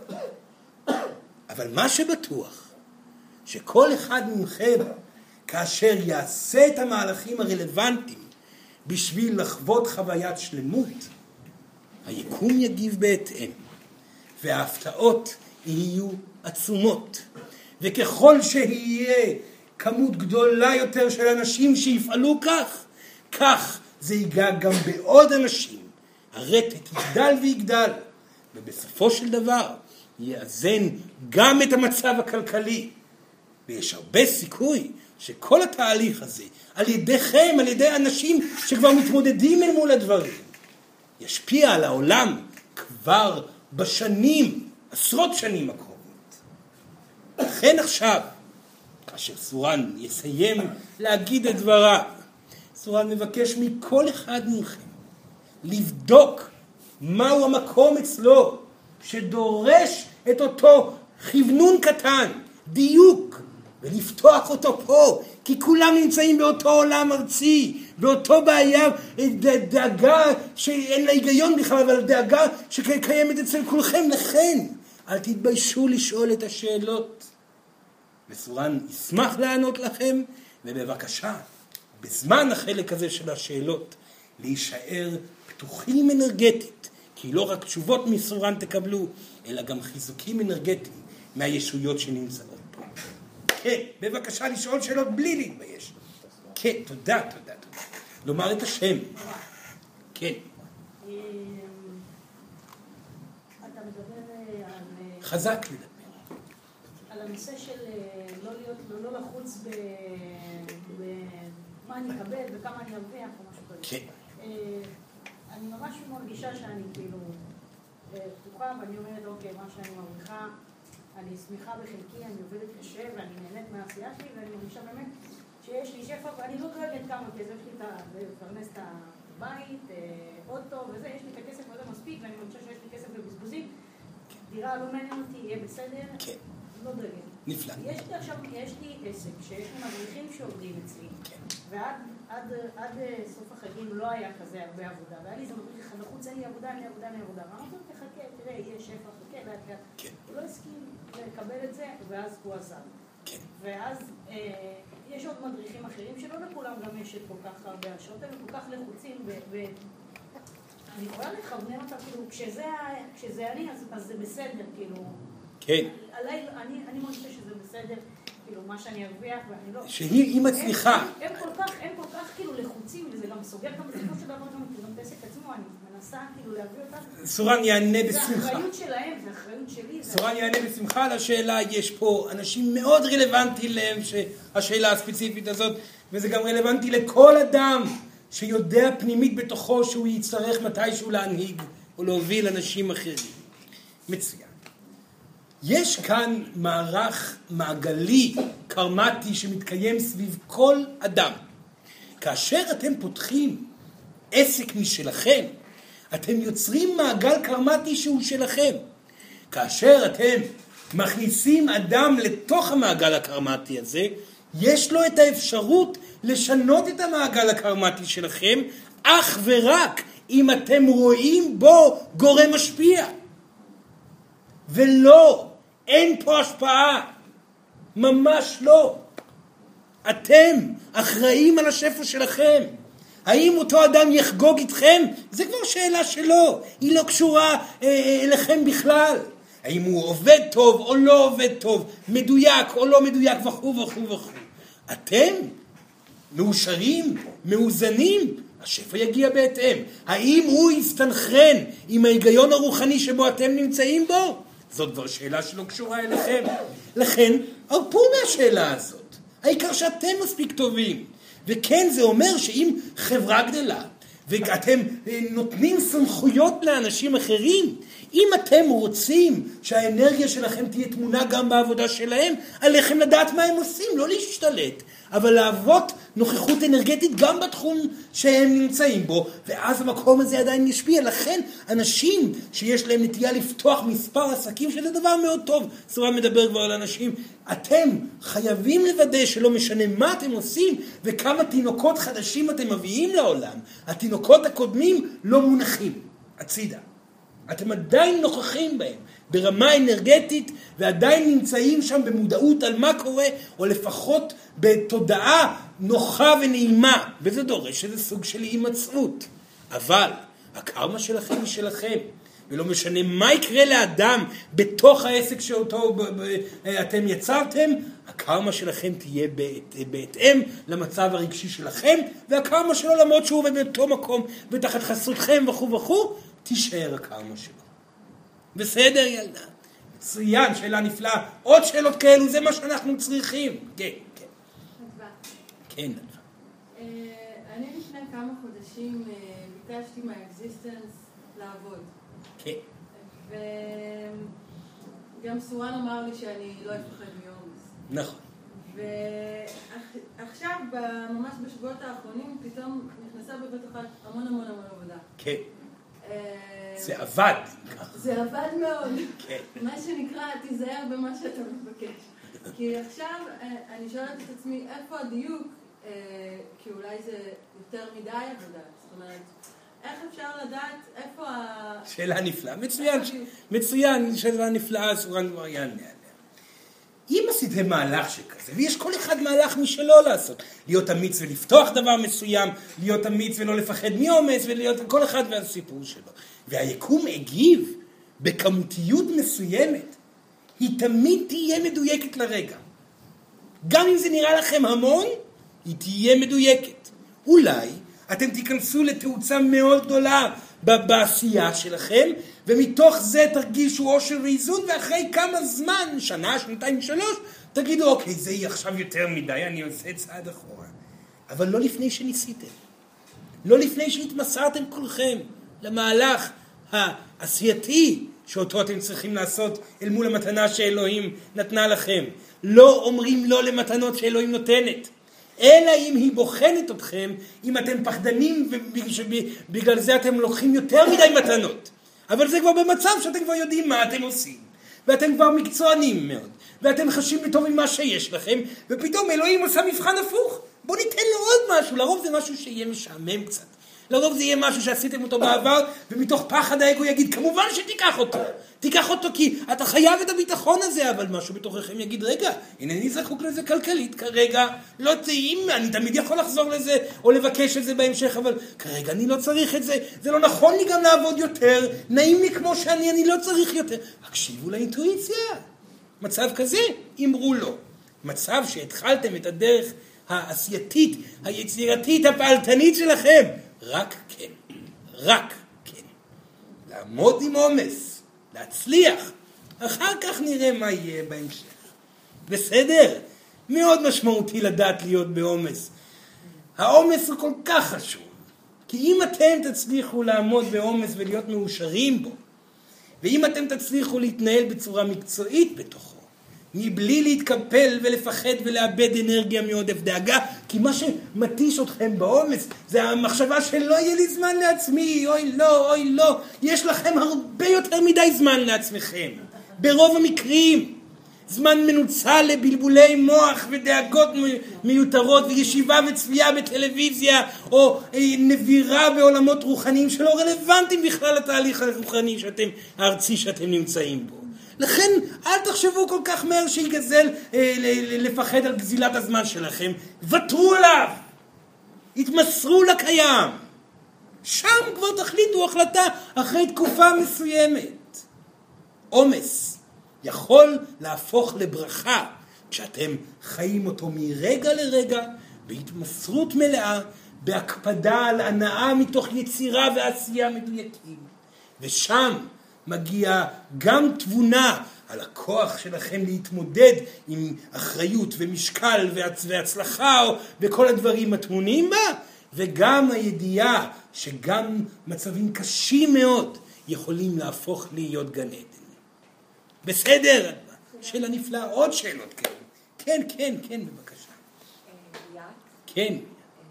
אבל מה שבטוח, שכל אחד מכם, כאשר יעשה את המהלכים הרלוונטיים בשביל לחוות חוויית שלמות, היקום יגיב בהתאם, וההפתעות יהיו עצומות. וככל שיהיה כמות גדולה יותר של אנשים שיפעלו כך זה ייגע גם בעוד אנשים. הרטט יגדל ויגדל, ובסופו של דבר יאזן גם את המצב הכלכלי. ויש הרבה סיכוי שכל התהליך הזה, על ידיכם, על ידי אנשים שכבר מתמודדים אל מול הדברים, ישפיע על העולם כבר בשנים, עשרות שנים הקרובות. לכן עכשיו, כאשר סורן יסיים להגיד את דבריו, סורן מבקש מכל אחד מכם לבדוק מהו המקום אצלו שדורש את אותו כיוונון קטן, דיוק, ולפתוח אותו פה, כי כולם נמצאים באותו עולם ארצי, באותו בעיה, דאגה שאין לה היגיון בכלל, אבל דאגה שקיימת אצל כולכם. לכן אל תתביישו לשאול את השאלות, וסורן ישמח לענות לכם. ובבקשה, בזמן החלק הזה של השאלות, להישאר פתוחים אנרגטית, כי לא רק תשובות מסורן תקבלו, אלא גם חיזוקים אנרגטיים מהישויות שנמצאות פה. כן, בבקשה לשאול שאלות בלי להתבייש. כן, תודה. לומר את השם. כן. חזק לדבר. על הנושא של לא לחוץ במה אני אקבל וכמה אני ארוויח או משהו כזה. כן. אני ממש מרגישה שאני כאילו פתוחה ואני אומרת, אוקיי, מה שאני מרוויחה, אני שמחה בחלקי, אני עובדת קשה ואני נהנית מהעשייה שלי ואני מרגישה באמת שיש לי שפע ואני לא דואגת כמה כסף, יש לי לפרנס את הבית, אוטו וזה, יש לי את הכסף וזה מספיק ואני מרגישה שיש לי כסף לבזבוזים, דירה לא מעניין אותי, יהיה בסדר, כן. לא דואגת. נפלא. יש לי עסק שיש לי מדריכים שעובדים אצלי, ועד סוף החגים לא היה כזה הרבה עבודה, והיה לי איזה מדריך אחד בחוץ, אין לי עבודה, ואמרתי, תחכה, תראה, יהיה שפע, חכה, לאט. הוא לא הסכים לקבל את זה, ואז הוא עזב. ואז יש עוד מדריכים אחרים שלא לכולם גם יש כל כך הרבה השעות, הם כל כך לחוצים, ואני יכולה לכוונן אותה, כאילו, כשזה אני, אז זה בסדר, כאילו. כן. אני מרגישה שזה בסדר, כאילו, מה שאני ארוויח, ואני לא... שהיא מצליחה. הם כל כך כאילו לחוצים, וזה גם סוגר גם בסופו של דבר גם את העסק עצמו, אני מנסה כאילו להביא אותה. סורן יענה בשמחה. זה האחריות שלהם, זה האחריות שלי. סורן יענה בשמחה על השאלה, יש פה אנשים מאוד רלוונטיים להם, השאלה הספציפית הזאת, וזה גם רלוונטי לכל אדם שיודע פנימית בתוכו שהוא יצטרך מתישהו להנהיג או להוביל אנשים אחרים. מצוין. יש כאן מערך מעגלי, קרמטי, שמתקיים סביב כל אדם. כאשר אתם פותחים עסק משלכם, אתם יוצרים מעגל קרמטי שהוא שלכם. כאשר אתם מכניסים אדם לתוך המעגל הקרמטי הזה, יש לו את האפשרות לשנות את המעגל הקרמטי שלכם, אך ורק אם אתם רואים בו גורם משפיע. ולא, אין פה השפעה, ממש לא. אתם אחראים על השפע שלכם. האם אותו אדם יחגוג איתכם? זה כבר שאלה שלו, היא לא קשורה אליכם בכלל. האם הוא עובד טוב או לא עובד טוב, מדויק או לא מדויק וכו'. אתם מאושרים, מאוזנים, השפע יגיע בהתאם. האם הוא יסתנכרן עם ההיגיון הרוחני שבו אתם נמצאים בו? זאת כבר שאלה שלא קשורה אליכם. לכן, הרפו מהשאלה הזאת. העיקר שאתם מספיק טובים. וכן, זה אומר שאם חברה גדלה, ואתם נותנים סמכויות לאנשים אחרים, אם אתם רוצים שהאנרגיה שלכם תהיה תמונה גם בעבודה שלהם, עליכם לדעת מה הם עושים, לא להשתלט, אבל להוות נוכחות אנרגטית גם בתחום שהם נמצאים בו, ואז המקום הזה עדיין ישפיע. לכן אנשים שיש להם נטייה לפתוח מספר עסקים, שזה דבר מאוד טוב, סורן מדבר כבר על אנשים, אתם חייבים לוודא שלא משנה מה אתם עושים, וכמה תינוקות חדשים אתם מביאים לעולם, התינוקות הקודמים לא מונחים הצידה. אתם עדיין נוכחים בהם ברמה אנרגטית, ועדיין נמצאים שם במודעות על מה קורה, או לפחות בתודעה נוחה ונעימה, וזה דורש איזה סוג של הימצאות. אבל הקרמה שלכם היא שלכם, ולא משנה מה יקרה לאדם בתוך העסק שאותו אתם יצרתם, הקרמה שלכם תהיה בהתאם למצב הרגשי שלכם, והקרמה שלו למרות שהוא עובד באותו מקום ותחת חסותכם וכו', תישאר הקרמה שלו. בסדר ילדה? מצוין, שאלה נפלאה. עוד שאלות כאלו, זה מה שאנחנו צריכים. כן. כן. אני לפני כמה חודשים ביקשתי מהאקזיסטנס לעבוד. כן. וגם סורן אמר לי שאני לא אפחד מיומס. נכון. ועכשיו, ממש בשבועות האחרונים, פתאום נכנסה בבית אחד המון עבודה. כן. זה עבד. זה עבד מאוד. כן. מה שנקרא, תיזהר במה שאתה מבקש. כי עכשיו אני שואלת את עצמי, איפה הדיוק? כי אולי זה יותר מדי עבודה. זאת אומרת, איך אפשר לדעת איפה שאלה נפלאה. מצוין, שאלה נפלאה, סורן כבר יענה עליה. אם עשיתם מהלך שכזה, ויש כל אחד מהלך משלו לעשות, להיות אמיץ ולפתוח דבר מסוים, להיות אמיץ ולא לפחד מאומץ, ולהיות כל אחד והסיפור שלו. והיקום הגיב בכמותיות מסוימת, היא תמיד תהיה מדויקת לרגע. גם אם זה נראה לכם המון, היא תהיה מדויקת. אולי אתם תיכנסו לתאוצה מאוד גדולה בעשייה שלכם, ומתוך זה תרגישו עושר ואיזון, ואחרי כמה זמן, שנה, שנתיים, 3, תגידו, אוקיי, זה יהיה עכשיו יותר מדי, אני עושה צעד אחורה. אבל לא לפני שניסיתם. לא לפני שהתמסרתם כולכם למהלך העשייתי שאותו אתם צריכים לעשות אל מול המתנה שאלוהים נתנה לכם. לא אומרים לא למתנות שאלוהים נותנת, אלא אם היא בוחנת אתכם, אם אתם פחדנים ובגלל זה אתם לוקחים יותר מדי מתנות. אבל זה כבר במצב שאתם כבר יודעים מה אתם עושים, ואתם כבר מקצוענים מאוד, ואתם חשים בטוב עם מה שיש לכם, ופתאום אלוהים עושה מבחן הפוך. בוא ניתן לו עוד משהו. לרוב זה משהו שיהיה משעמם קצת. לרוב זה יהיה משהו שעשיתם אותו בעבר, ומתוך פחד האגו יגיד, כמובן שתיקח אותו. תיקח אותו כי אתה חייב את הביטחון הזה, אבל משהו בתוככם יגיד, רגע, אינני זקוק לזה כלכלית, כרגע לא תאים, אני תמיד יכול לחזור לזה, או לבקש את זה בהמשך, אבל כרגע אני לא צריך את זה, זה לא נכון לי גם לעבוד יותר, נעים לי כמו שאני, אני לא צריך יותר. הקשיבו לאינטואיציה. מצב כזה, אמרו לו. מצב שהתחלתם את הדרך העשייתית, היצירתית, הפעלתנית שלכם, רק כן, רק כן. לעמוד עם עומס, להצליח, אחר כך נראה מה יהיה בהמשך. בסדר? מאוד משמעותי לדעת להיות בעומס. העומס הוא כל כך חשוב, כי אם אתם תצליחו לעמוד בעומס ולהיות מאושרים בו, ואם אתם תצליחו להתנהל בצורה מקצועית בתוכו, מבלי להתקפל ולפחד ולאבד אנרגיה מעודף דאגה, כי מה שמתיש אתכם בעומס זה המחשבה שלא יהיה לי זמן לעצמי, אוי לא, אוי לא. יש לכם הרבה יותר מדי זמן לעצמכם, ברוב המקרים. זמן מנוצל לבלבולי מוח ודאגות מיותרות וישיבה וצפייה בטלוויזיה, או נבירה בעולמות רוחניים שלא רלוונטיים בכלל לתהליך הרוחני הארצי שאתם נמצאים בו. לכן אל תחשבו כל כך מהר שיגזל לפחד על גזילת הזמן שלכם. ותרו עליו, התמסרו לקיים, שם כבר תחליטו החלטה אחרי תקופה מסוימת. עומס יכול להפוך לברכה כשאתם חיים אותו מרגע לרגע, בהתמסרות מלאה, בהקפדה על הנאה מתוך יצירה ועשייה מדויקים. ושם מגיע גם תבונה על הכוח שלכם להתמודד עם אחריות ומשקל והצלחה וכל הדברים התמונים בה, וגם הידיעה שגם מצבים קשים מאוד יכולים להפוך להיות גן עדן. בסדר? שאלה נפלאה. עוד שאלות כאלה. כן, כן, כן, בבקשה. כן. אני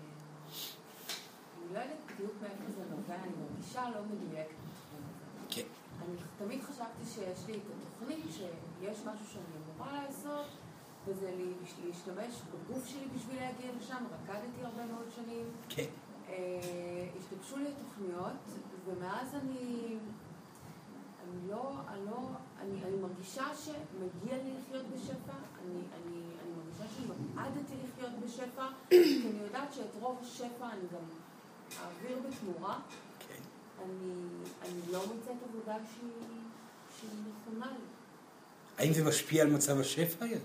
לא יודעת בדיוק מאיפה זה נובע, אני מרגישה לא מדויקת. כן. אני תמיד חשבתי שיש לי את התוכנית, שיש משהו שאני אמורה לעשות, וזה להשתמש בגוף שלי בשביל להגיע לשם. רקדתי הרבה מאוד שנים. כן. השתמשו לי תוכניות, ומאז אני מרגישה שמגיע לי לחיות בשפע, אני מרגישה שנועדתי לחיות בשפע, כי אני יודעת שאת רוב השפע אני גם אעביר בתמורה. כן. אני לא מוצאת עבודה שהיא נכונה לי. האם זה משפיע על מצב השפע, ילדה?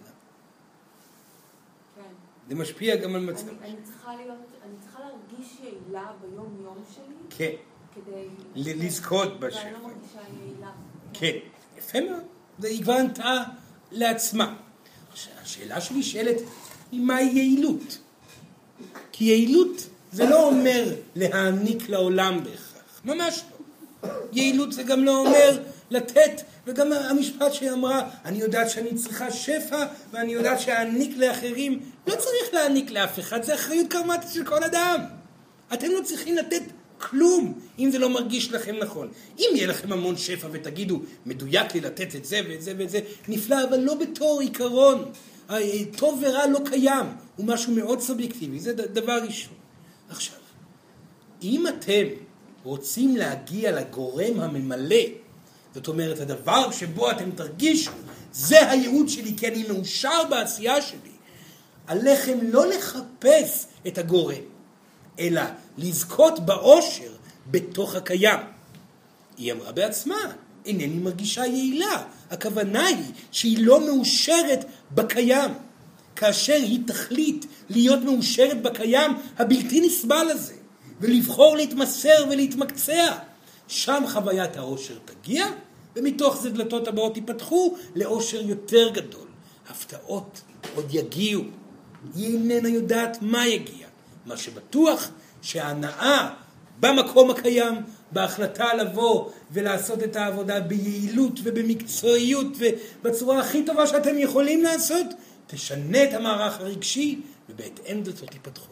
כן. זה משפיע גם על מצב. אני צריכה להרגיש יעילה ביום יום שלי. כן. כדי לזכות בשפע. ואני לא מרגישה יעילה. כן. יפה מאוד. היא כבר ענתה לעצמה. השאלה שלי שאלת היא מהי יעילות? כי יעילות זה לא אומר להעניק לעולם בהכרח. ממש לא. יעילות זה גם לא אומר לתת, וגם המשפט שאמרה, אני יודעת שאני צריכה שפע, ואני יודעת שהעניק לאחרים, לא צריך להעניק לאף אחד, זה אחריות קרמטית של כל אדם. אתם לא צריכים לתת כלום, אם זה לא מרגיש לכם נכון. אם יהיה לכם המון שפע ותגידו, מדויק לי לתת את זה ואת זה ואת זה, נפלא, אבל לא בתור עיקרון. טוב ורע לא קיים, הוא משהו מאוד סובייקטיבי, זה דבר ראשון. עכשיו, אם אתם רוצים להגיע לגורם הממלא, זאת אומרת, הדבר שבו אתם תרגישו, זה הייעוד שלי, כי אני מאושר בעשייה שלי, עליכם לא לחפש את הגורם, אלא לזכות באושר בתוך הקיים. היא אמרה בעצמה, אינני מרגישה יעילה. הכוונה היא שהיא לא מאושרת בקיים. כאשר היא תחליט להיות מאושרת בקיים הבלתי נסבל הזה, ולבחור להתמסר ולהתמקצע, שם חוויית העושר תגיע, ומתוך זה דלתות הבאות ייפתחו לעושר יותר גדול. הפתעות עוד יגיעו. היא איננה יודעת מה יגיע. מה שבטוח שההנאה במקום הקיים, בהחלטה לבוא ולעשות את העבודה ביעילות ובמקצועיות ובצורה הכי טובה שאתם יכולים לעשות, תשנה את המערך הרגשי ובהתאם דלתות ייפתחו.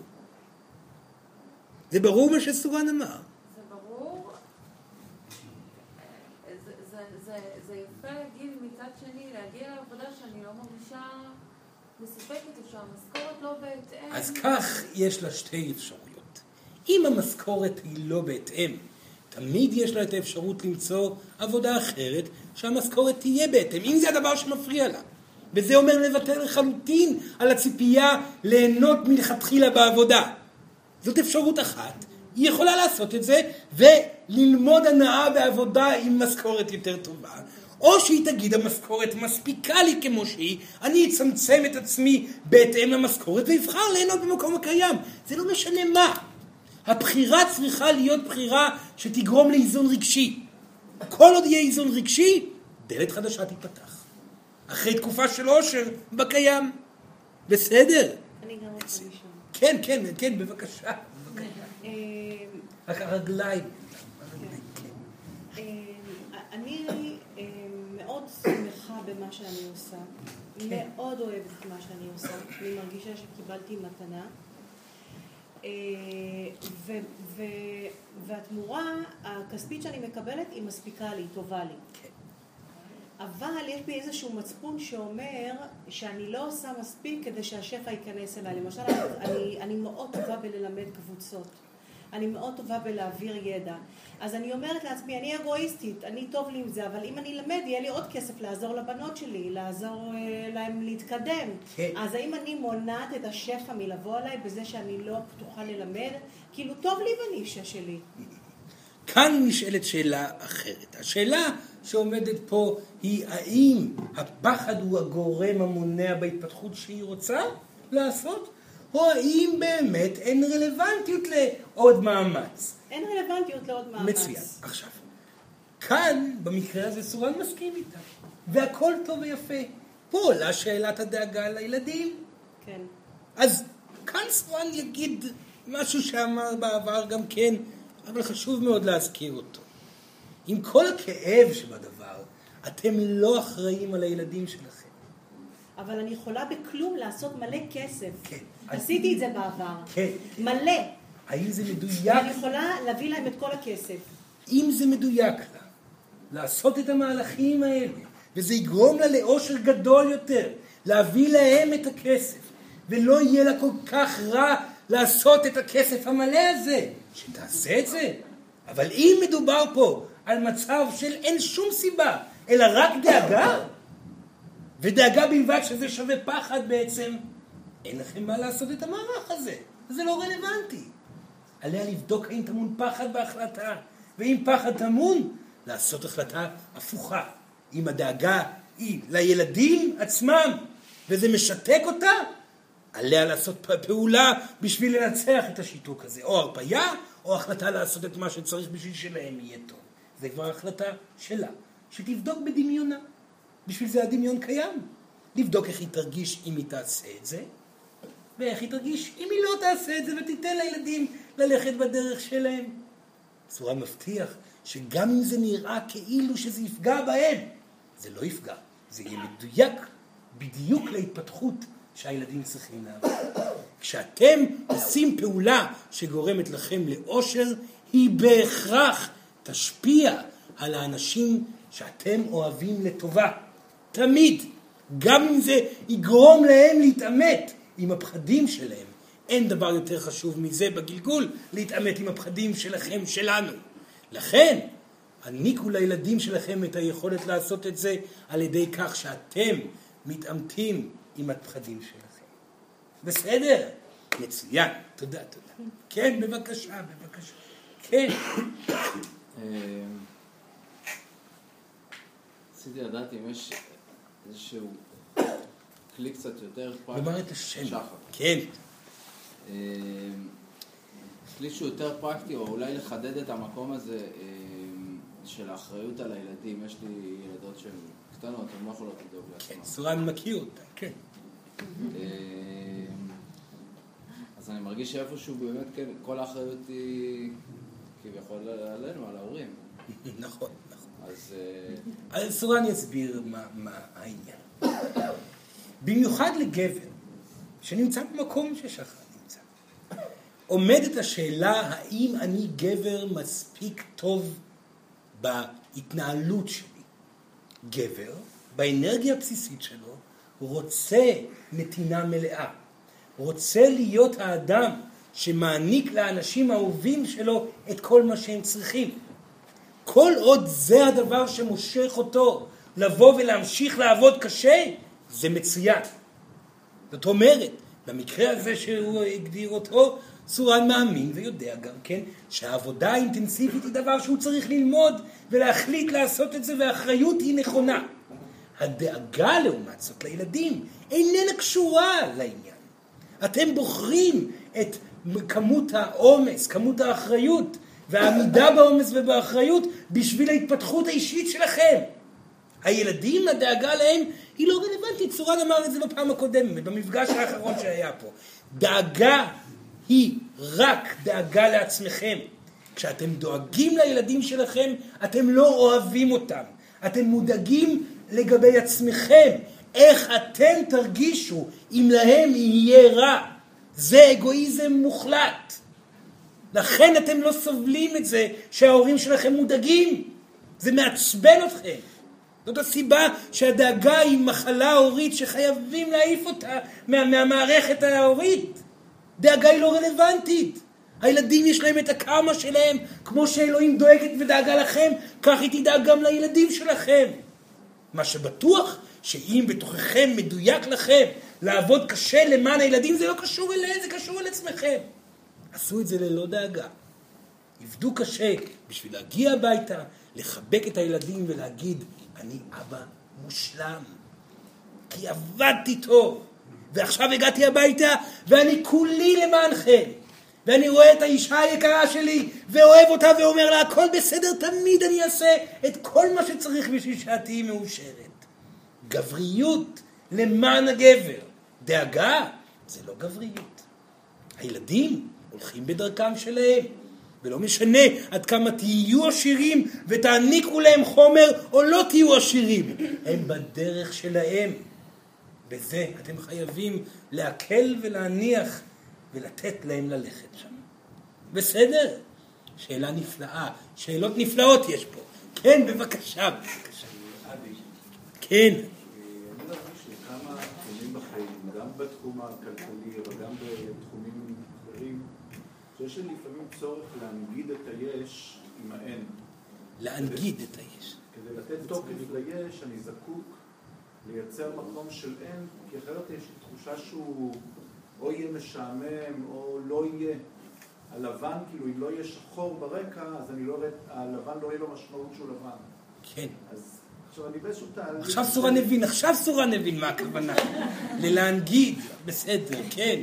זה ברור מה שסורן אמר. זה ברור. זה יפה להגיד מצד שני, להגיע לעבודה שאני לא מרגישה מספקת או שהמשכורת לא בהתאם. אז כך יש לה שתי אפשרויות. אם המשכורת היא לא בהתאם, תמיד יש לה את האפשרות למצוא עבודה אחרת שהמשכורת תהיה בהתאם, אם זה הדבר שמפריע לה. וזה אומר לוותר לחלוטין על הציפייה ליהנות מלכתחילה בעבודה. זאת אפשרות אחת. היא יכולה לעשות את זה וללמוד הנאה בעבודה עם משכורת יותר טובה. או שהיא תגיד, המשכורת מספיקה לי כמו שהיא, אני אצמצם את עצמי בהתאם למשכורת ויבחר ליהנות במקום הקיים. זה לא משנה מה. הבחירה צריכה להיות בחירה שתגרום לאיזון רגשי. כל עוד יהיה איזון רגשי, דלת חדשה תיפתח. אחרי תקופה של עושר בקיים. בסדר? אני גם רוצה לשאול. כן, כן, כן, בבקשה. הרגליים. אני מאוד שמחה במה שאני עושה. מאוד אוהבת את מה שאני עושה. אני מרגישה שקיבלתי מתנה. והתמורה הכספית שאני מקבלת היא מספיקה לי, טובה לי. אבל יש בי איזשהו מצפון שאומר שאני לא עושה מספיק כדי שהשפע ייכנס אליי. למשל, אני מאוד טובה בללמד קבוצות. אני מאוד טובה בלהעביר ידע. אז אני אומרת לעצמי, אני אגואיסטית, אני טוב לי עם זה, אבל אם אני למד, יהיה לי עוד כסף לעזור לבנות שלי, לעזור להם להתקדם. אז האם אני מונעת את השפע מלבוא עליי בזה שאני לא פתוחה ללמד? כאילו, טוב לי בנישה שלי. כאן נשאלת שאלה אחרת. השאלה שעומדת פה היא, האם הפחד הוא הגורם המונע בהתפתחות שהיא רוצה לעשות? או האם באמת אין רלוונטיות לעוד מאמץ? אין רלוונטיות לעוד מאמץ. מצוין. עכשיו, כאן, במקרה הזה, סורן מסכים איתה. והכל טוב ויפה. פה עולה שאלת הדאגה לילדים. כן. אז כאן סורן יגיד משהו שאמר בעבר גם כן, אבל חשוב מאוד להזכיר אותו. עם כל הכאב שבדבר, אתם לא אחראים על הילדים שלכם. אבל אני יכולה בכלום לעשות מלא כסף. כן. עשיתי את זה בעבר. כן. מלא. האם זה מדויק? אני יכולה להביא להם את כל הכסף. אם זה מדויק לה, לעשות את המהלכים האלה, וזה יגרום לה לאושר גדול יותר, להביא להם את הכסף, ולא יהיה לה כל כך רע לעשות את הכסף המלא הזה, שתעשה את זה. אבל אם מדובר פה על מצב של אין שום סיבה, אלא רק דאגה, ודאגה בלבד שזה שווה פחד בעצם, אין לכם מה לעשות את המערך הזה. זה לא רלוונטי. עליה לבדוק האם תמון פחד בהחלטה, ואם פחד תמון, לעשות החלטה הפוכה. אם הדאגה היא לילדים עצמם, וזה משתק אותה, עליה לעשות פעולה בשביל לנצח את השיתוק הזה. או הרפיה, או החלטה לעשות את מה שצריך בשביל שלהם יהיה טוב. זה כבר החלטה שלה, שתבדוק בדמיונה. בשביל זה הדמיון קיים. לבדוק איך היא תרגיש אם היא תעשה את זה, ואיך היא תרגיש אם היא לא תעשה את זה, ותיתן לילדים ללכת בדרך שלהם. סורן מבטיח שגם אם זה נראה כאילו שזה יפגע בהם, זה לא יפגע. זה יהיה מדויק בדיוק להתפתחות שהילדים צריכים לעבור. כשאתם עושים פעולה שגורמת לכם לאושר, היא בהכרח תשפיע על האנשים שאתם אוהבים לטובה. תמיד. גם אם זה יגרום להם להתאמת עם הפחדים שלהם. אין דבר יותר חשוב מזה בגלגול, להתאמת עם הפחדים שלכם, שלנו. לכן, העניקו לילדים שלכם את היכולת לעשות את זה על ידי כך שאתם מתאמתים עם הפחדים שלכם. בסדר? מצוין. תודה, תודה. כן, בבקשה, בבקשה. כן. רציתי לדעת אם יש איזשהו כלי קצת יותר פרקטי. לומר את השם. שחר. כן. כלי שהוא יותר פרקטי, או אולי לחדד את המקום הזה, של האחריות על הילדים. יש לי ילדות שהן קטנות, הן לא יכולות לדאוג לעצמם. כן, סורן מכיר אותה, כן. אז אני מרגיש שאיפשהו באמת, כן, כל האחריות היא כביכול עלינו, על ההורים. נכון. אז סורן יסביר מה העניין. במיוחד לגבר, שנמצא במקום ששחר נמצא, עומדת השאלה האם אני גבר מספיק טוב בהתנהלות שלי. גבר, באנרגיה הבסיסית שלו, רוצה נתינה מלאה. רוצה להיות האדם שמעניק לאנשים האהובים שלו את כל מה שהם צריכים. כל עוד זה הדבר שמושך אותו לבוא ולהמשיך לעבוד קשה, זה מצוין. זאת אומרת, במקרה הזה שהוא הגדיר אותו, סורן מאמין ויודע גם כן שהעבודה האינטנסיבית היא דבר שהוא צריך ללמוד ולהחליט לעשות את זה, והאחריות היא נכונה. הדאגה לעומת זאת לילדים איננה קשורה לעניין. אתם בוחרים את כמות העומס, כמות האחריות והעמידה בעומס ובאחריות בשביל ההתפתחות האישית שלכם. הילדים, הדאגה להם היא לא רלוונטית. סורן אמר את זה בפעם הקודמת, במפגש האחרון שהיה פה. דאגה היא רק דאגה לעצמכם. כשאתם דואגים לילדים שלכם, אתם לא אוהבים אותם. אתם מודאגים לגבי עצמכם. איך אתם תרגישו אם להם יהיה רע. זה אגואיזם מוחלט. לכן אתם לא סובלים את זה שההורים שלכם מודאגים. זה מעצבן אתכם. זאת הסיבה שהדאגה היא מחלה הורית שחייבים להעיף אותה מהמערכת ההורית. דאגה היא לא רלוונטית. הילדים יש להם את הקרמה שלהם, כמו שאלוהים דואגת ודאגה לכם, כך היא תדאג גם לילדים שלכם. מה שבטוח שאם בתוככם מדויק לכם לעבוד קשה למען הילדים, זה לא קשור אליהם, זה קשור אל עצמכם. עשו את זה ללא דאגה. עבדו קשה בשביל להגיע הביתה, לחבק את הילדים ולהגיד, אני אבא מושלם, כי עבדתי טוב, ועכשיו הגעתי הביתה ואני כולי למענכם, ואני רואה את האישה היקרה שלי ואוהב אותה ואומר לה, הכל בסדר, תמיד אני אעשה את כל מה שצריך בשביל שאת תהיי מאושרת. גבריות למען הגבר. דאגה זה לא גבריות. הילדים הולכים בדרכם שלהם, ולא משנה עד כמה תהיו עשירים ותעניקו להם חומר או לא תהיו עשירים, הם בדרך שלהם. בזה אתם חייבים להקל ולהניח ולתת להם ללכת שם. בסדר? שאלה נפלאה. שאלות נפלאות יש פה. כן, בבקשה. כן. אני מרגיש לכמה תחומים בחיים, גם בתחום הכלכלי וגם בתחומים אחרים, שיש לי לפעמים צורך להנגיד את היש עם האין. להנגיד את היש. כדי לתת תוקף ליש, אני זקוק לייצר מקום של אין, כי אחרת יש לי תחושה שהוא או יהיה משעמם או לא יהיה. הלבן, כאילו אם לא יהיה שחור ברקע, אז אני לא רואה, הלבן לא יהיה לו משמעות שהוא לבן. כן. אז עכשיו אני באיזשהו תהליך... עכשיו סורן הבין מה הכוונה. ללהנגיד, בסדר, כן.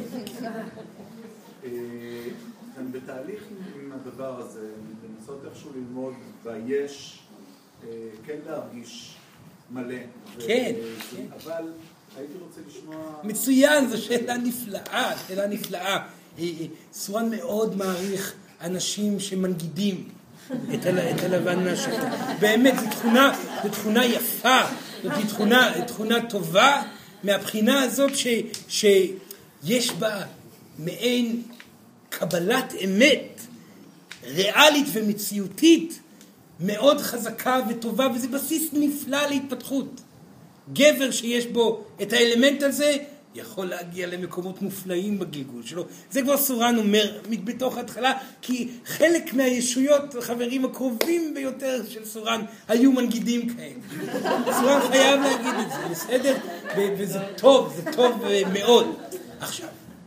אני בתהליך עם הדבר הזה, לנסות איכשהו ללמוד ביש, כן להרגיש מלא. כן. אבל הייתי רוצה לשמוע... מצוין, זו שאלה נפלאה. סורן מאוד מעריך אנשים שמנגידים את הלבן מהשחור. באמת, זו תכונה יפה, זאת תכונה טובה, מהבחינה הזאת שיש בה מעין קבלת אמת, ריאלית ומציאותית, מאוד חזקה וטובה, וזה בסיס נפלא להתפתחות. גבר שיש בו את האלמנט הזה, יכול להגיע למקומות מופלאים בגלגול שלו. זה כבר סורן אומר בתוך ההתחלה, כי חלק מהישויות, החברים הקרובים ביותר של סורן, היו מנגידים כאלה. סורן חייב להגיד את זה, בסדר? וזה טוב, זה טוב מאוד. עכשיו,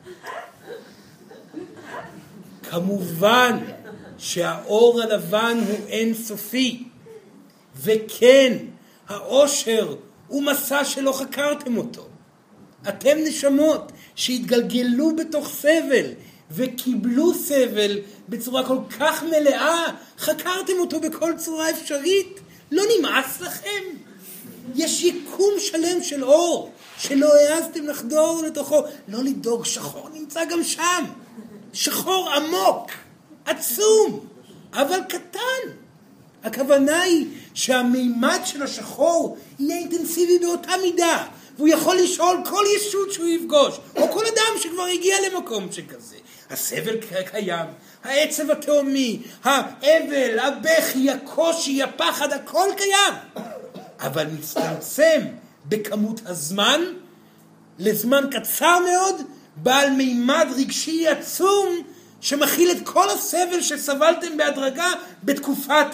כמובן שהאור הלבן הוא אינסופי, וכן, האושר הוא מסע שלא חקרתם אותו. אתם נשמות שהתגלגלו בתוך סבל, וקיבלו סבל בצורה כל כך מלאה, חקרתם אותו בכל צורה אפשרית, לא נמאס לכם? יש יקום שלם של אור, שלא העזתם לחדור לתוכו. לא לדאוג, שחור נמצא גם שם. שחור עמוק, עצום, אבל קטן. הכוונה היא שהמימד של השחור יהיה אינטנסיבי באותה מידה, והוא יכול לשאול כל ישות שהוא יפגוש, או כל אדם שכבר הגיע למקום שכזה. הסבל קיים, העצב התאומי, האבל, הבכי, הקושי, הפחד, הכל קיים. אבל מצטמצם בכמות הזמן, לזמן קצר מאוד, בעל מימד רגשי עצום, שמכיל את כל הסבל שסבלתם בהדרגה בתקופת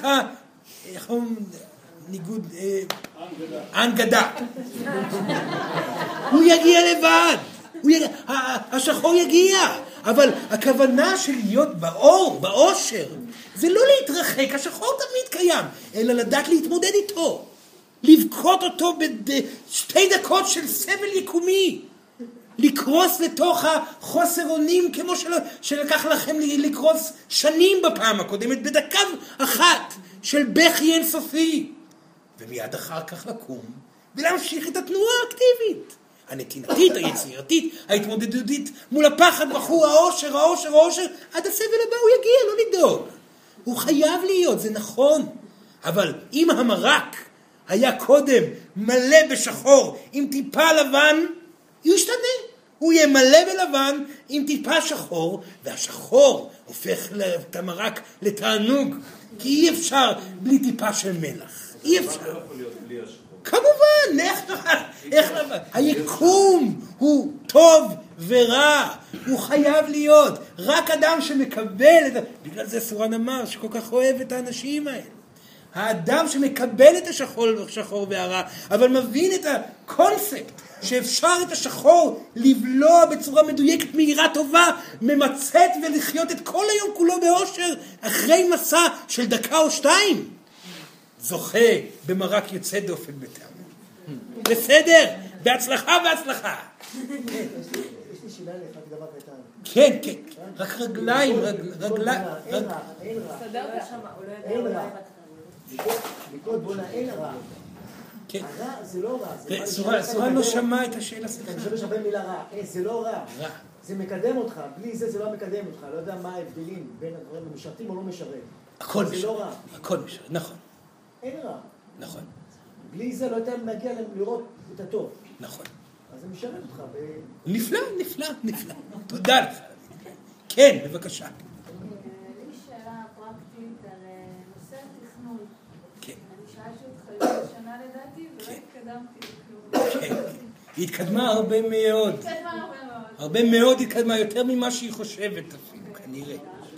ההנגדה. הוא יגיע לבד. השחור יגיע. אבל הכוונה של להיות באור, באושר, זה לא להתרחק, השחור תמיד קיים, אלא לדעת להתמודד איתו. לבכות אותו בשתי דקות של סבל יקומי. לקרוס לתוך החוסר אונים כמו שלקח לכם לקרוס שנים בפעם הקודמת, בדקה אחת של בכי אינסופי. ומיד אחר כך לקום ולהמשיך את התנועה האקטיבית. הנתינתית, היצירתית, ההתמודדותית מול הפחד בחור, האושר, עד הסבל הבא הוא יגיע, לא לדאוג. הוא חייב להיות, זה נכון. אבל אם המרק היה קודם מלא בשחור עם טיפה לבן, הוא ישתנה. הוא יהיה מלא בלבן עם טיפה שחור, והשחור הופך את המרק לתענוג, כי אי אפשר בלי טיפה של מלח. אי אפשר. לא יכול להיות בלי השחור. כמובן, איך היקום הוא טוב ורע, הוא חייב להיות. רק אדם שמקבל את בגלל זה סורן אמר שכל כך אוהב את האנשים האלה. האדם שמקבל את השחור והרע, אבל מבין את הקונספט שאפשר את השחור לבלוע בצורה מדויקת, מהירה, טובה, ממצאת ולחיות את כל היום כולו באושר, אחרי מסע של דקה או שתיים, זוכה במרק יוצא דופן בטעם. בסדר, בהצלחה. יש לי שאלה לך, דבר קטן. כן, רק רגליים, אין רע. מכל בונה אין רע. הרע זה לא רע. סורן לא שמע את השאלה. אני חושב שווה מילה רע. זה לא רע. זה מקדם אותך. בלי זה לא מקדם אותך. לא יודע מה ההבדלים בין הדברים המשרתים או לא משרת. הכל משרת. זה לא רע. הכל משרת, נכון. אין רע. נכון. בלי זה לא הייתה מגיע לראות את הטוב. נכון. אז זה משרת אותך. נפלא. תודה לך. כן, בבקשה. לי שאלה פרקטית על נושא התכנון. כן. אני שאלתי אותך לפני שנה לדעתי, ולא התקדמתי לכלום. כן. היא התקדמה הרבה מאוד. הרבה מאוד התקדמה, יותר ממה שהיא חושבת אפילו, כנראה.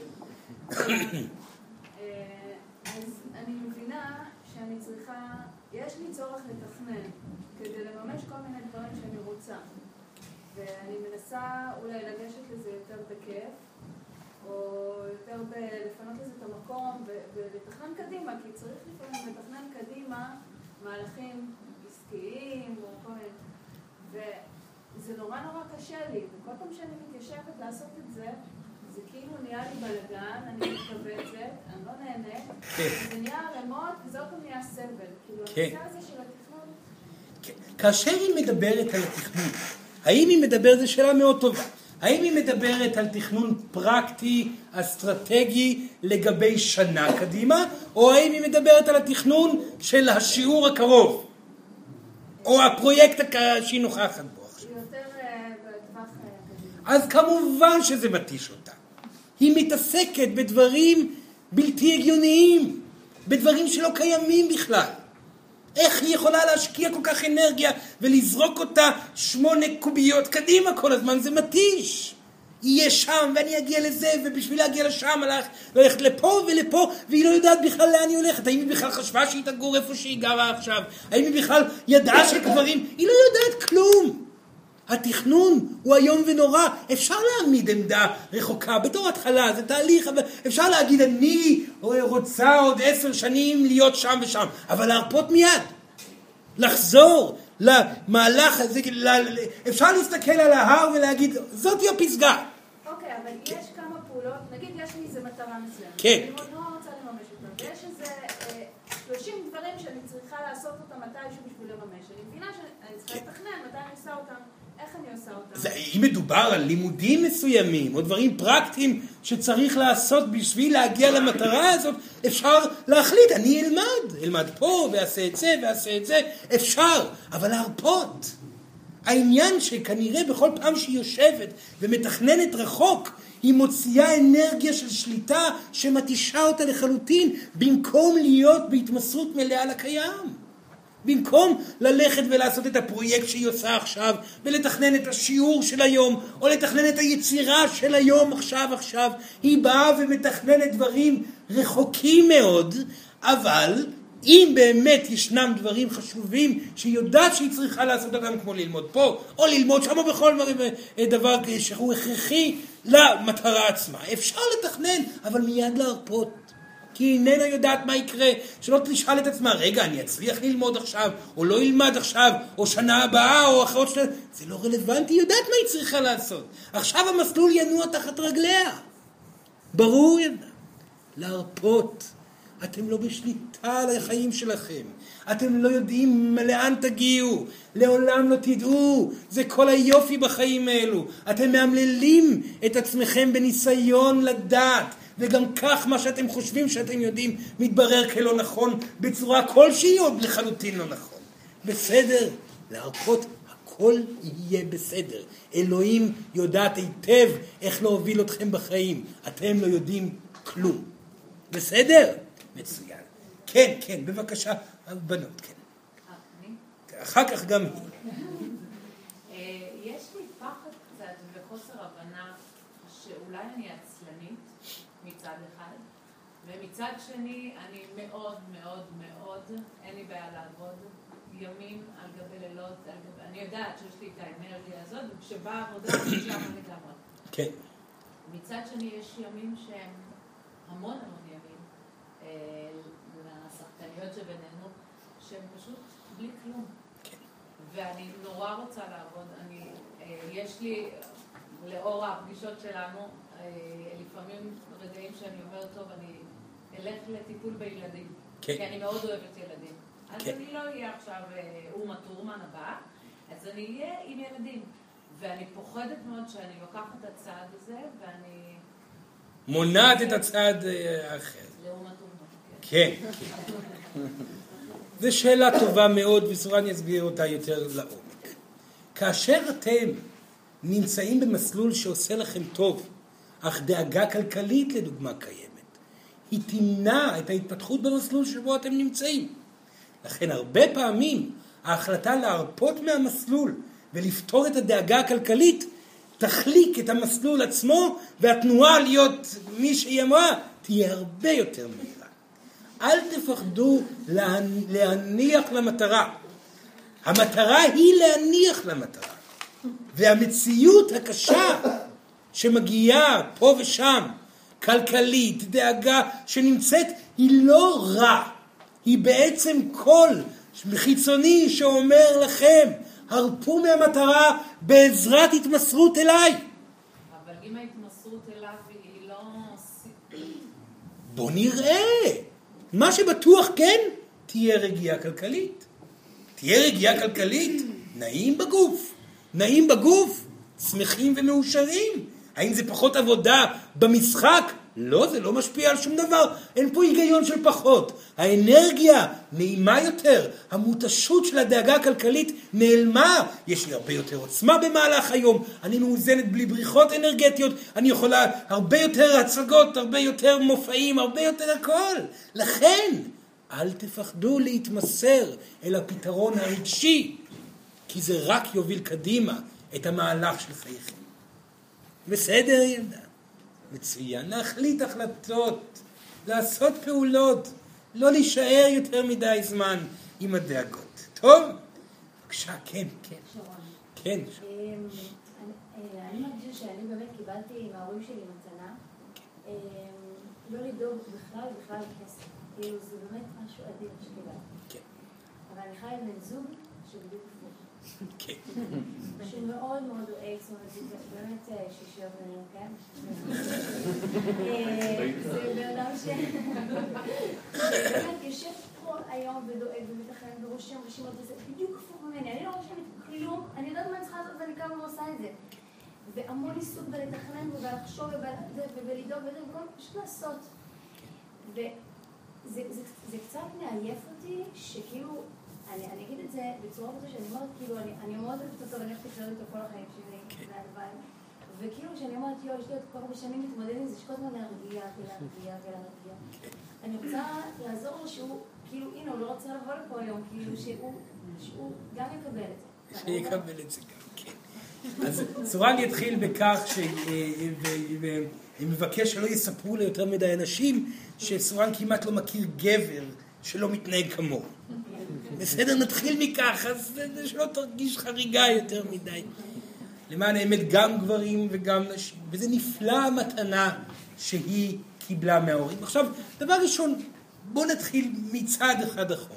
אז אני מבינה שאני צריכה, יש לי צורך לתכנן כדי לממש כל מיני דברים שאני רוצה. ואני מנסה אולי לגשת לזה יותר בכיף, או יותר לפנות לזה את המקום ולתכנן קדימה, כי צריך לפעמים לתכנן קדימה מהלכים עסקיים או כל מיני. וזה נורא קשה לי, וכל פעם שאני מתיישבת לעשות את זה, זה כאילו נהיה לי בלגן, אני מתכווצת, אני לא נהנית, זה נהיה ערימות, וזה עוד פעם נהיה סבל. כאילו, הנושא הזה של התכנון... כאשר היא מדברת על התכנון, האם היא מדברת, זו שאלה מאוד טובה, האם היא מדברת על תכנון פרקטי, אסטרטגי, לגבי שנה קדימה, או האם היא מדברת על התכנון של השיעור הקרוב, או הפרויקט שהיא נוכחת בו עכשיו? יותר בטווח קדימה. אז כמובן שזה מתיש אותה. היא מתעסקת בדברים בלתי הגיוניים, בדברים שלא קיימים בכלל. איך היא יכולה להשקיע כל כך אנרגיה ולזרוק אותה 8 קוביות קדימה כל הזמן? זה מתיש. יהיה שם ואני אגיע לזה, ובשביל להגיע לשם ללכת לפה ולפה, והיא לא יודעת בכלל לאן היא הולכת. האם היא בכלל חשבה שהיא תגור איפה שהיא גרה עכשיו? האם היא בכלל ידעה שכברים? היא לא יודעת כלום. התכנון הוא היום ונורא. אפשר להעמיד עמדה רחוקה בתור התחלה, זה תהליך, אבל אפשר להגיד אני רוצה עוד 10 שנים להיות שם ושם, אבל להרפות מיד, לחזור למהלך הזה. אפשר להסתכל על ההר ולהגיד זאת היא הפסגה. אוקיי, אבל יש כמה פעולות, נגיד יש לי איזה מטרה מסוימת. כן. אני מאוד לא רוצה לממש אותה. ויש איזה 30 דברים שאני צריכה לעשות אותם מתישהו בשביל לממש. אני מבינה שאני צריכה לתכנן מתי אני עושה אותם, איך אני עושה אותם. אם מדובר על לימודים מסוימים, או דברים פרקטיים שצריך לעשות בשביל להגיע למטרה הזאת, אפשר להחליט, אני אלמד פה, ועשה את זה, ועשה את זה, אפשר, אבל להרפות. העניין שכנראה בכל פעם שהיא יושבת ומתכננת רחוק, היא מוציאה אנרגיה של שליטה שמתישה אותה לחלוטין, במקום להיות בהתמסרות מלאה לקיים. במקום ללכת ולעשות את הפרויקט שהיא עושה עכשיו, ולתכנן את השיעור של היום, או לתכנן את היצירה של היום עכשיו, היא באה ומתכננת דברים רחוקים מאוד, אבל אם באמת ישנם דברים חשובים שהיא יודעת שהיא צריכה לעשות אותם, כמו ללמוד פה, או ללמוד שם, או בכל דבר שהוא הכרחי למטרה עצמה. אפשר לתכנן, אבל מיד להרפות. כי היא איננה יודעת מה יקרה, שלא תשאל את עצמה, רגע, אני אצליח ללמוד עכשיו, או לא ילמד עכשיו, או שנה הבאה, או אחרות שנה, זה לא רלוונטי, היא יודעת מה היא צריכה לעשות. עכשיו המסלול ינוע תחת רגליה. ברור ידע. להרפות. אתם לא בשליטה על החיים שלכם. אתם לא יודעים לאן תגיעו. לעולם לא תדעו. זה כל היופי בחיים האלו. אתם מאמללים את עצמכם בניסיון לדעת. וגם כך מה שאתם חושבים שאתם יודעים מתברר כלא נכון בצורה כלשהי או לחלוטין לא נכון. בסדר, להרפות הכל יהיה בסדר. אלוהים יודעת היטב איך להוביל אתכם בחיים. אתם לא יודעים כלום. בסדר? מצוין. כן, כן, בבקשה, בנות, כן. אחר כך גם היא. יש לי פחד קצת וחוסר הבנה שאולי אני עצלנית מצד אחד, ומצד שני אני מאוד מאוד מאוד, אין לי בעיה לעבוד ימים על גבי לילות, אני יודעת שיש לי את האנרגיה הזאת, וכשבאה עבודה אני שמה לגמרי. כן. מצד שני יש ימים שהם המון ימים, לשחקניות שבינינו, שהם פשוט בלי כלום. כן. ואני נורא רוצה לעבוד, יש לי, לאור הפגישות שלנו, לפעמים רגעים שאני אומרת, טוב, אני אלך לטיפול בילדים. כן. כי אני מאוד אוהבת ילדים. אז כן. אני לא אהיה עכשיו אומה טורמן הבאה, אז אני אהיה עם ילדים. ואני פוחדת מאוד שאני לוקחת את הצעד הזה, ואני... מונעת את הצעד האחר. לאומה טורמן. כן. זו שאלה טובה מאוד, וסורן אני אסביר אותה יותר לעומק. כאשר אתם נמצאים במסלול שעושה לכם טוב, אך דאגה כלכלית לדוגמה קיימת, היא תמנע את ההתפתחות במסלול שבו אתם נמצאים. לכן הרבה פעמים ההחלטה להרפות מהמסלול ולפתור את הדאגה הכלכלית תחליק את המסלול עצמו, והתנועה להיות מי שהיא אמרה תהיה הרבה יותר מהירה. אל תפחדו להניח למטרה. המטרה היא להניח למטרה. והמציאות הקשה שמגיעה פה ושם, כלכלית, דאגה שנמצאת, היא לא רע. היא בעצם קול חיצוני שאומר לכם, הרפו מהמטרה בעזרת התמסרות אליי. אבל אם ההתמסרות אליו היא לא... בוא נראה. מה שבטוח כן, תהיה רגיעה כלכלית. תהיה רגיעה כלכלית, נעים בגוף. נעים בגוף, שמחים ומאושרים. האם זה פחות עבודה במשחק? לא, זה לא משפיע על שום דבר. אין פה היגיון של פחות. האנרגיה נעימה יותר. המותשות של הדאגה הכלכלית נעלמה. יש לי הרבה יותר עוצמה במהלך היום. אני מאוזנת בלי בריחות אנרגטיות. אני יכולה הרבה יותר הצגות, הרבה יותר מופעים, הרבה יותר הכל. לכן, אל תפחדו להתמסר אל הפתרון הרגשי. כי זה רק יוביל קדימה את המהלך של חייכם. בסדר, ילדה? מצוין, להחליט החלטות, לעשות פעולות, לא להישאר יותר מדי זמן עם הדאגות. טוב? בבקשה, כן, כן. שרון. כן. אני מרגישה שאני באמת קיבלתי מההורים שלי מתנה, לא לדאוג בכלל כסף. כאילו זה באמת משהו אדיר שקיבלתי. כן. אבל אני חיה עם בן זוג שבדיוק הפוך. כן. שמאוד מאוד אוהב, זאת אומרת, באמת שישיות, כן? זה בן אדם שבאמת יושב כל היום ודואג ומתכנן ורושם רשימות וזה בדיוק הפוך ממני. אני לא רושמת כלום, אני יודעת מה אני צריכה לעשות ואני כמה ועושה את זה. והמון עיסוק בלתכנן ובלחשוב ובלדאוג וזה, במקום פשוט לעשות. וזה קצת מעייף אותי שכאילו, אני אגיד את זה בצורה כזו שאני אומרת, כאילו, אני מאוד אוהבת אותו ואני הולכת לקרוא אותו כל החיים שלי, והלוואי. וכאילו שאני אומרת, יש לי עוד כל הרבה שנים מתמודד עם זה, שכל הזמן להרגיע ולהרגיע ולהרגיע. אני רוצה לעזור לו שהוא, כאילו, הנה, הוא לא רוצה לבוא לפה היום, כאילו, שהוא גם יקבל את זה. שיקבל את זה גם, כן. אז סורן יתחיל בכך ומבקש שלא יספרו לו יותר מדי אנשים שסורן כמעט לא מכיר גבר שלא מתנהג כמוהו. בסדר, נתחיל מכך, אז שלא תרגיש חריגה יותר מדי. למען האמת, גם גברים וגם נשים. וזה נפלא המתנה שהיא קיבלה מההורים. עכשיו, דבר ראשון, בוא נתחיל מצד אחד אחורה.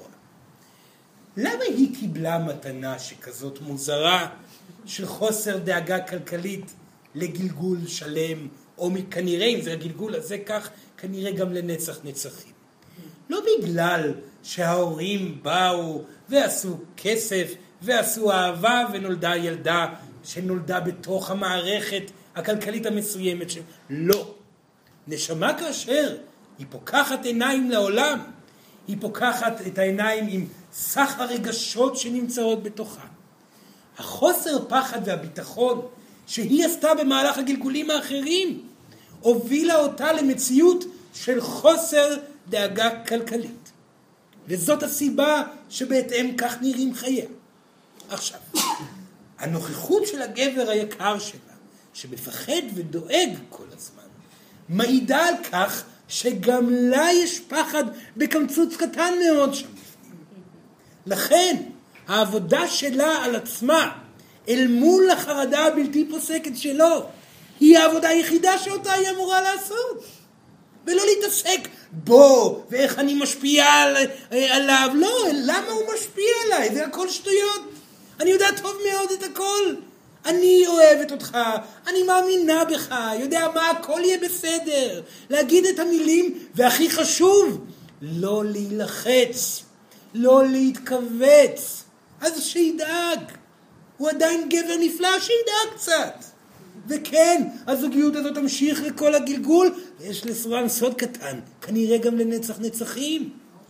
למה היא קיבלה מתנה שכזאת מוזרה של חוסר דאגה כלכלית לגלגול שלם, או כנראה, אם זה הגלגול הזה כך, כנראה גם לנצח נצחים. לא בגלל שההורים באו ועשו כסף ועשו אהבה ונולדה ילדה שנולדה בתוך המערכת הכלכלית המסוימת לא. נשמה כאשר היא פוקחת עיניים לעולם, היא פוקחת את העיניים עם סך הרגשות שנמצאות בתוכה. החוסר פחד והביטחון שהיא עשתה במהלך הגלגולים האחרים הובילה אותה למציאות של חוסר דאגה כלכלית. וזאת הסיבה שבהתאם כך נראים חייה. עכשיו, הנוכחות של הגבר היקר שלה, שמפחד ודואג כל הזמן, מעידה על כך שגם לה יש פחד בקמצוץ קטן מאוד שם בפנים. לכן, העבודה שלה על עצמה, אל מול החרדה הבלתי פוסקת שלו, היא העבודה היחידה שאותה היא אמורה לעשות. ולא להתעסק בו, ואיך אני משפיע עליו. לא, למה הוא משפיע עליי? זה הכל שטויות. אני יודע טוב מאוד את הכל. אני אוהבת אותך, אני מאמינה בך, יודע מה, הכל יהיה בסדר. להגיד את המילים, והכי חשוב, לא להילחץ, לא להתכווץ. אז שידאג. הוא עדיין גבר נפלא, שידאג קצת. וכן, הזוגיות הזאת תמשיך לכל הגלגול, ויש לסורן סוד קטן, כנראה גם לנצח נצחים.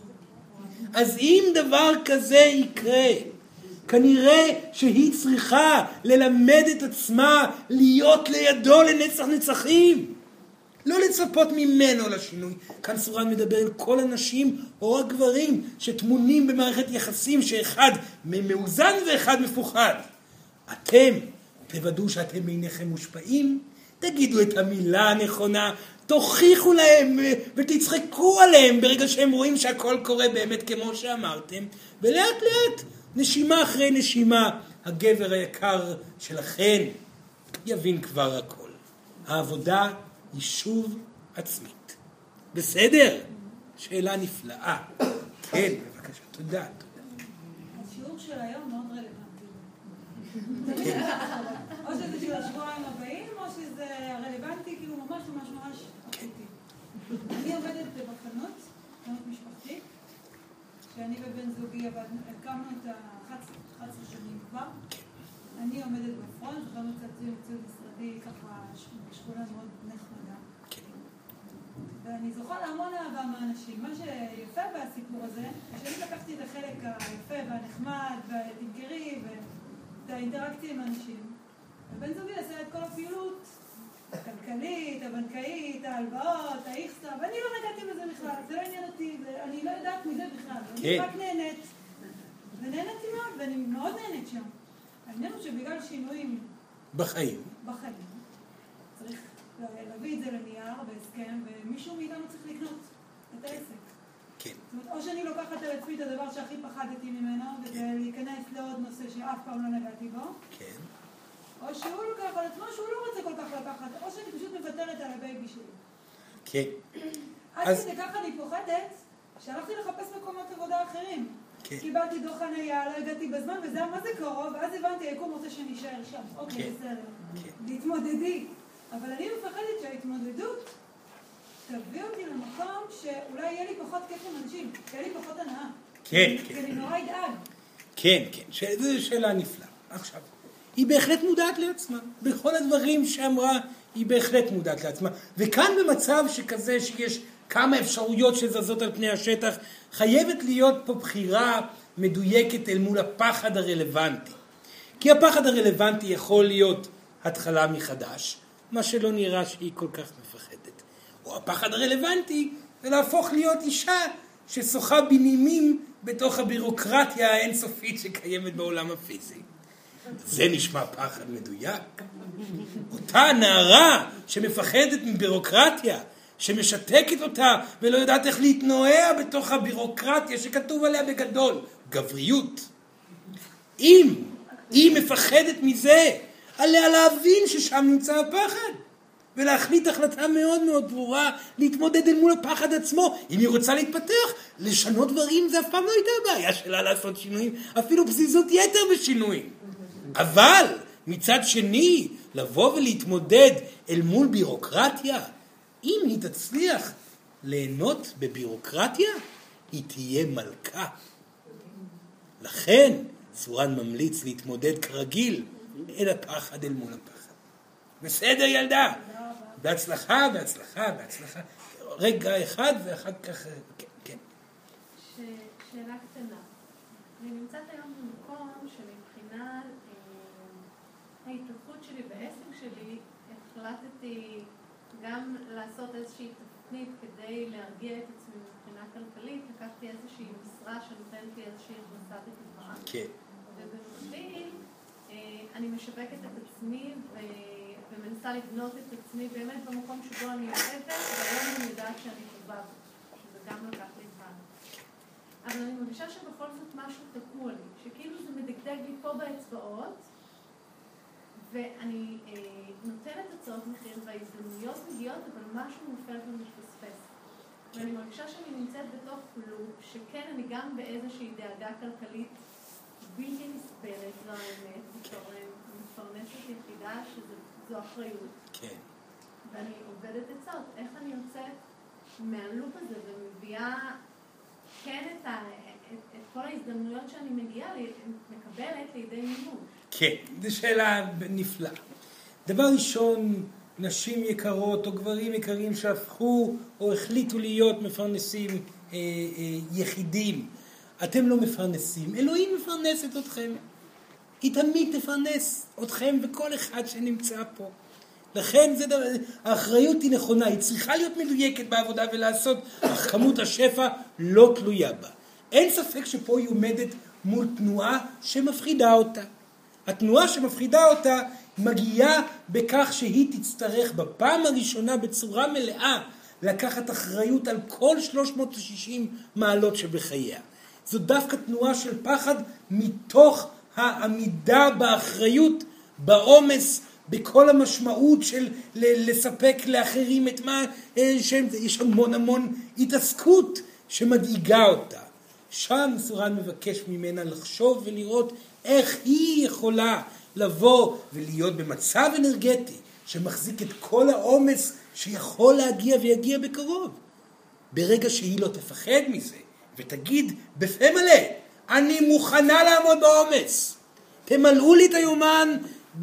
אז אם דבר כזה יקרה, כנראה שהיא צריכה ללמד את עצמה להיות לידו לנצח נצחים. לא לצפות ממנו לשינוי. כאן סורן מדבר על כל הנשים או הגברים שתמונים במערכת יחסים שאחד מאוזן ואחד מפוחד. אתם תוודאו שאתם בעיניכם מושפעים, תגידו את המילה הנכונה, תוכיחו להם ותצחקו עליהם ברגע שהם רואים שהכל קורה באמת כמו שאמרתם, ולאט לאט, נשימה אחרי נשימה, הגבר היקר שלכם יבין כבר הכל. העבודה היא שוב עצמית. בסדר? שאלה נפלאה. כן, בבקשה, תודה. השיעור של היום מאוד רלוונטי. או שזה של השבועיים הבאים, או שזה רלוונטי, כאילו ממש ממש ממש אקוטי. אני עובדת בחנות משפחתית, שאני ובן זוגי הקמנו את 11 שנים כבר. אני עומדת בפרונט, חנות ציוד משרדי, ככה בשכונה מאוד נחמדה. ואני זוכה להמון אהבה מהאנשים. מה שיפה בסיפור הזה, שאני לקחתי את החלק היפה והנחמד והתמכרי ואת האינטראקציה עם האנשים. ובן זוגי עשה את כל הפעילות הכלכלית, הבנקאית, ההלוואות, האיכסה, ואני לא נגעתי בזה בכלל, זה לא עניין אותי, אני לא יודעת מזה בכלל. אני רק נהנית, ונהניתי מאוד, ואני מאוד נהנית שם. העניין הוא שבגלל שינויים בחיים, צריך להביא את זה לנייר בהסכם, ומישהו מאיתנו צריך לקנות את העסק. כן. זאת אומרת, או שאני לוקחת על עצמי את הדבר שהכי פחדתי ממנו, וזה להיכנס לעוד נושא שאף פעם לא נגעתי בו. כן. או שהוא לוקח על עצמו שהוא לא רוצה כל כך לקחת, או שאני פשוט מוותרת על הבייבי שלי. כן. עד כדי ככה אני פוחדת, שהלכתי לחפש מקומות עבודה אחרים. קיבלתי דוח חניה, לא הגעתי בזמן, וזה היה מה זה קרוב, ואז הבנתי, היקום רוצה שנשאר שם. אוקיי, בסדר. להתמודדי. אבל אני מפחדת שההתמודדות תביא אותי למקום שאולי יהיה לי פחות כיף עם אנשים, יהיה לי פחות הנאה. כן. כי אני נורא אדאג. כן. זו שאלה נפלאה. עכשיו, היא בהחלט מודעת לעצמה. בכל הדברים שאמרה, היא בהחלט מודעת לעצמה. וכאן במצב שכזה שיש כמה אפשרויות שזזות על פני השטח, חייבת להיות פה בחירה מדויקת אל מול הפחד הרלוונטי. כי הפחד הרלוונטי יכול להיות התחלה מחדש, מה שלא נראה שהיא כל כך מפחדת. או הפחד הרלוונטי זה להפוך להיות אישה ששוחה בנימים בתוך הבירוקרטיה האינסופית שקיימת בעולם הפיזי. זה נשמע פחד מדויק. אותה נערה שמפחדת מבירוקרטיה, שמשתקת אותה ולא יודעת איך להתנועע בתוך הבירוקרטיה שכתוב עליה בגדול, גבריות. אם היא מפחדת מזה, עליה להבין ששם נמצא הפחד, ולהחליט החלטה מאוד מאוד ברורה, להתמודד אל מול הפחד עצמו. אם היא רוצה להתפתח, לשנות דברים, זה אף פעם לא הייתה הבעיה שלה לעשות שינויים, אפילו פזיזות יתר בשינויים. אבל מצד שני, לבוא ולהתמודד אל מול בירוקרטיה, אם היא תצליח ליהנות בבירוקרטיה, היא תהיה מלכה. לכן, סורן ממליץ להתמודד כרגיל אל הפחד אל מול הפחד. בסדר ילדה? בהצלחה. רגע אחד ואחר כך... כן. שאלה קטנה. אני נמצאת היום במקום שמבחינה ההתפתחות שלי בעסק שלי, החלטתי גם לעשות איזושהי תפנית כדי להרגיע את עצמי מבחינה כלכלית. לקחתי איזושהי משרה שנותנת לי איזושהי הכנסה בטבעה. כן. ובמקביל אני משווקת את עצמי ומנסה לבנות את עצמי באמת במקום שבו אני אוהבת, והיום אני יודעת שאני טובה בו, שזה גם לקח לי זמן. אבל אני מרגישה שבכל זאת משהו תקוע לי, שכאילו זה מדגדג לי פה באצבעות, ואני נותנת הצעות מחיר וההזדמנויות מגיעות, אבל משהו נופל ומתפספס. ואני מרגישה שאני נמצאת בתוך לופ, שכן אני גם באיזושהי דאגה כלכלית בלתי נסבלת, זו האמת, בתור מפרנסת יחידה שזו אחריות. כן. ואני עובדת עצות, איך אני יוצאת מהלופ הזה ומביאה כן את כל ההזדמנויות שאני מגיעה, מקבלת לידי מימוש. כן, זו שאלה נפלאה. דבר ראשון, נשים יקרות או גברים יקרים שהפכו או החליטו להיות מפרנסים יחידים. אתם לא מפרנסים, אלוהים מפרנסת אתכם. היא תמיד תפרנס אתכם וכל אחד שנמצא פה. לכן האחריות היא נכונה, היא צריכה להיות מדויקת בעבודה ולעשות, אך כמות השפע לא תלויה בה. אין ספק שפה היא עומדת מול תנועה שמפחידה אותה. התנועה שמפחידה אותה מגיעה בכך שהיא תצטרך בפעם הראשונה בצורה מלאה לקחת אחריות על כל 360 מעלות שבחייה. זו דווקא תנועה של פחד מתוך העמידה באחריות, בעומס, בכל המשמעות של לספק לאחרים את מה יש המון התעסקות שמדאיגה אותה. שם סורן מבקש ממנה לחשוב ולראות איך היא יכולה לבוא ולהיות במצב אנרגטי שמחזיק את כל העומס שיכול להגיע ויגיע בקרוב. ברגע שהיא לא תפחד מזה ותגיד בפה מלא, אני מוכנה לעמוד בעומס. תמלאו לי את היומן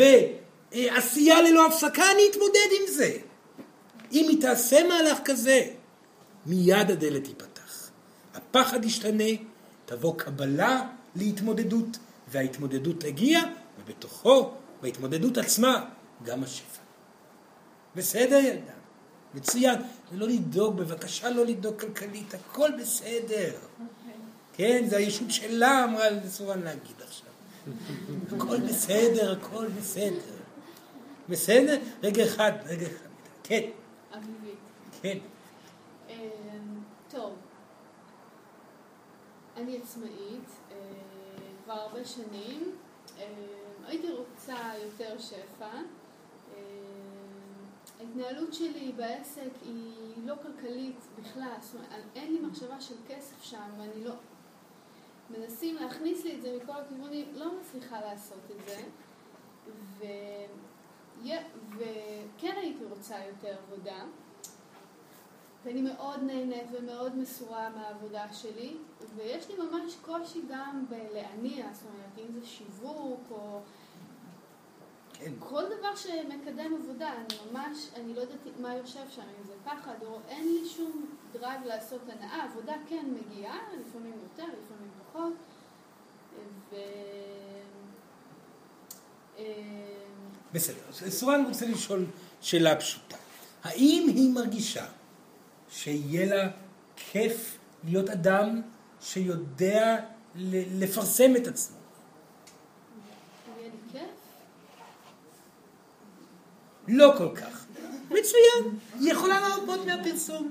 בעשייה ללא הפסקה, אני אתמודד עם זה. אם היא תעשה מהלך כזה, מיד הדלת ייפתח. הפחד ישתנה, תבוא קבלה להתמודדות, וההתמודדות תגיע, ובתוכו, בהתמודדות עצמה, גם השפע. בסדר ילדה? מצוין. ולא לדאוג, בבקשה לא לדאוג כלכלית, הכל בסדר. כן, זה הישות שלה אמרה לסורן להגיד עכשיו. הכל בסדר, הכל בסדר. בסדר? רגע אחד. כן. אביבית. כן. טוב. אני עצמאית, כבר הרבה שנים. הייתי רוצה יותר שפע. ההתנהלות שלי בעסק היא לא כלכלית בכלל, זאת אומרת, אין לי מחשבה של כסף שם, ואני לא... מנסים להכניס לי את זה מכל הכיוונים, לא מצליחה לעשות את זה. וכן הייתי רוצה יותר עבודה. ואני מאוד נהנית ומאוד מסורה מהעבודה שלי, ויש לי ממש קושי גם בלהניע, זאת אומרת, אם זה שיווק או כל דבר שמקדם עבודה, אני לא יודעת מה יושב שם, אם זה פחד או אין לי שום דרייב לעשות הנאה, עבודה כן מגיעה, לפעמים יותר, לפעמים פחות, בסדר, סורן רוצה לשאול שאלה פשוטה. האם היא מרגישה שיהיה לה כיף להיות אדם שיודע לפרסם את עצמו? יהיה לי כיף? לא כל כך. מצוין. היא יכולה לעבוד מהפרסום.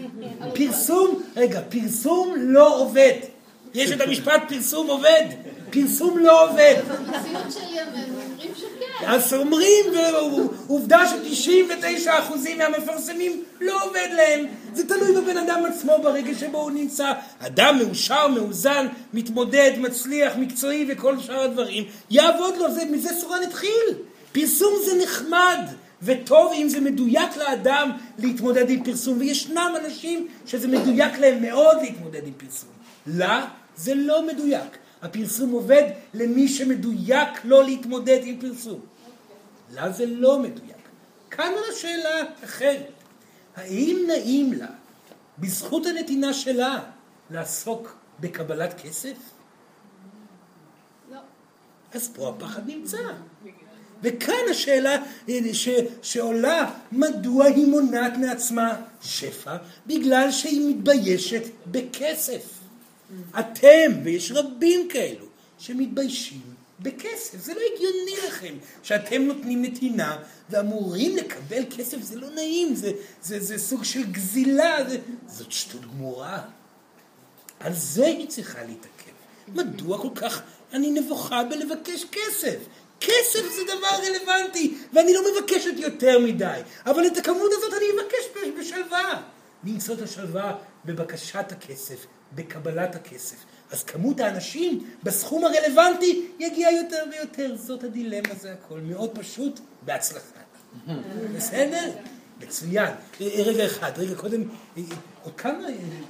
פרסום לא עובד. יש את המשפט פרסום עובד. פרסום לא עובד. במציאות של ימינו אומרים שכן. אז אומרים, ועובדה ש99% מהמפרסמים לא עובד להם. זה תלוי בבן אדם עצמו ברגע שבו הוא נמצא. אדם מאושר, מאוזן, מתמודד, מצליח, מקצועי וכל שאר הדברים. יעבוד לו, מזה סורן התחיל. פרסום זה נחמד. וטוב אם זה מדויק לאדם להתמודד עם פרסום. וישנם אנשים שזה מדויק להם מאוד להתמודד עם פרסום. לה זה לא מדויק. הפרסום עובד למי שמדויק לא להתמודד עם פרסום. לה זה לא מדויק. כאן על השאלה אחרת. האם נעים לה, בזכות הנתינה שלה, לעסוק בקבלת כסף? לא. אז פה הפחד נמצא. וכאן השאלה שעולה, מדוע היא מונעת מעצמה שפע? בגלל שהיא מתביישת בכסף. אתם, ויש רבים כאלו, שמתביישים בכסף. זה לא הגיוני לכם שאתם נותנים נתינה ואמורים לקבל כסף. זה לא נעים, זה סוג של גזילה, זאת שטות גמורה. על זה היא צריכה להתעכב. מדוע כל כך אני נבוכה בלבקש כסף? כסף זה דבר רלוונטי, ואני לא מבקשת יותר מדי. אבל את הכמות הזאת אני מבקש בשלווה. למצוא את השלווה בבקשת הכסף, בקבלת הכסף. אז כמות האנשים בסכום הרלוונטי יגיע יותר ויותר. זאת הדילמה, זה הכל. מאוד פשוט, בהצלחה. בסדר? מצוין. רגע אחד, קודם, עוד כמה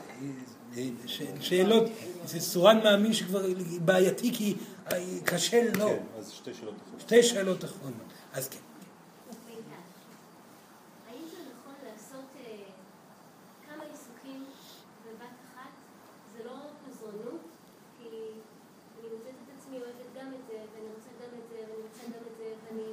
שאלות. זה סורן מאמין שכבר בעייתי, כי קשה לו. כן, אז שתי שאלות אחרונות. אז כן. האם זה נכון לעשות כמה עיסוקים בבת אחת? זה לא פזרנות? כי אני מוצאת את עצמי אוהבת גם את זה, ואני רוצה גם את זה, ואני רוצה גם את זה, ואני...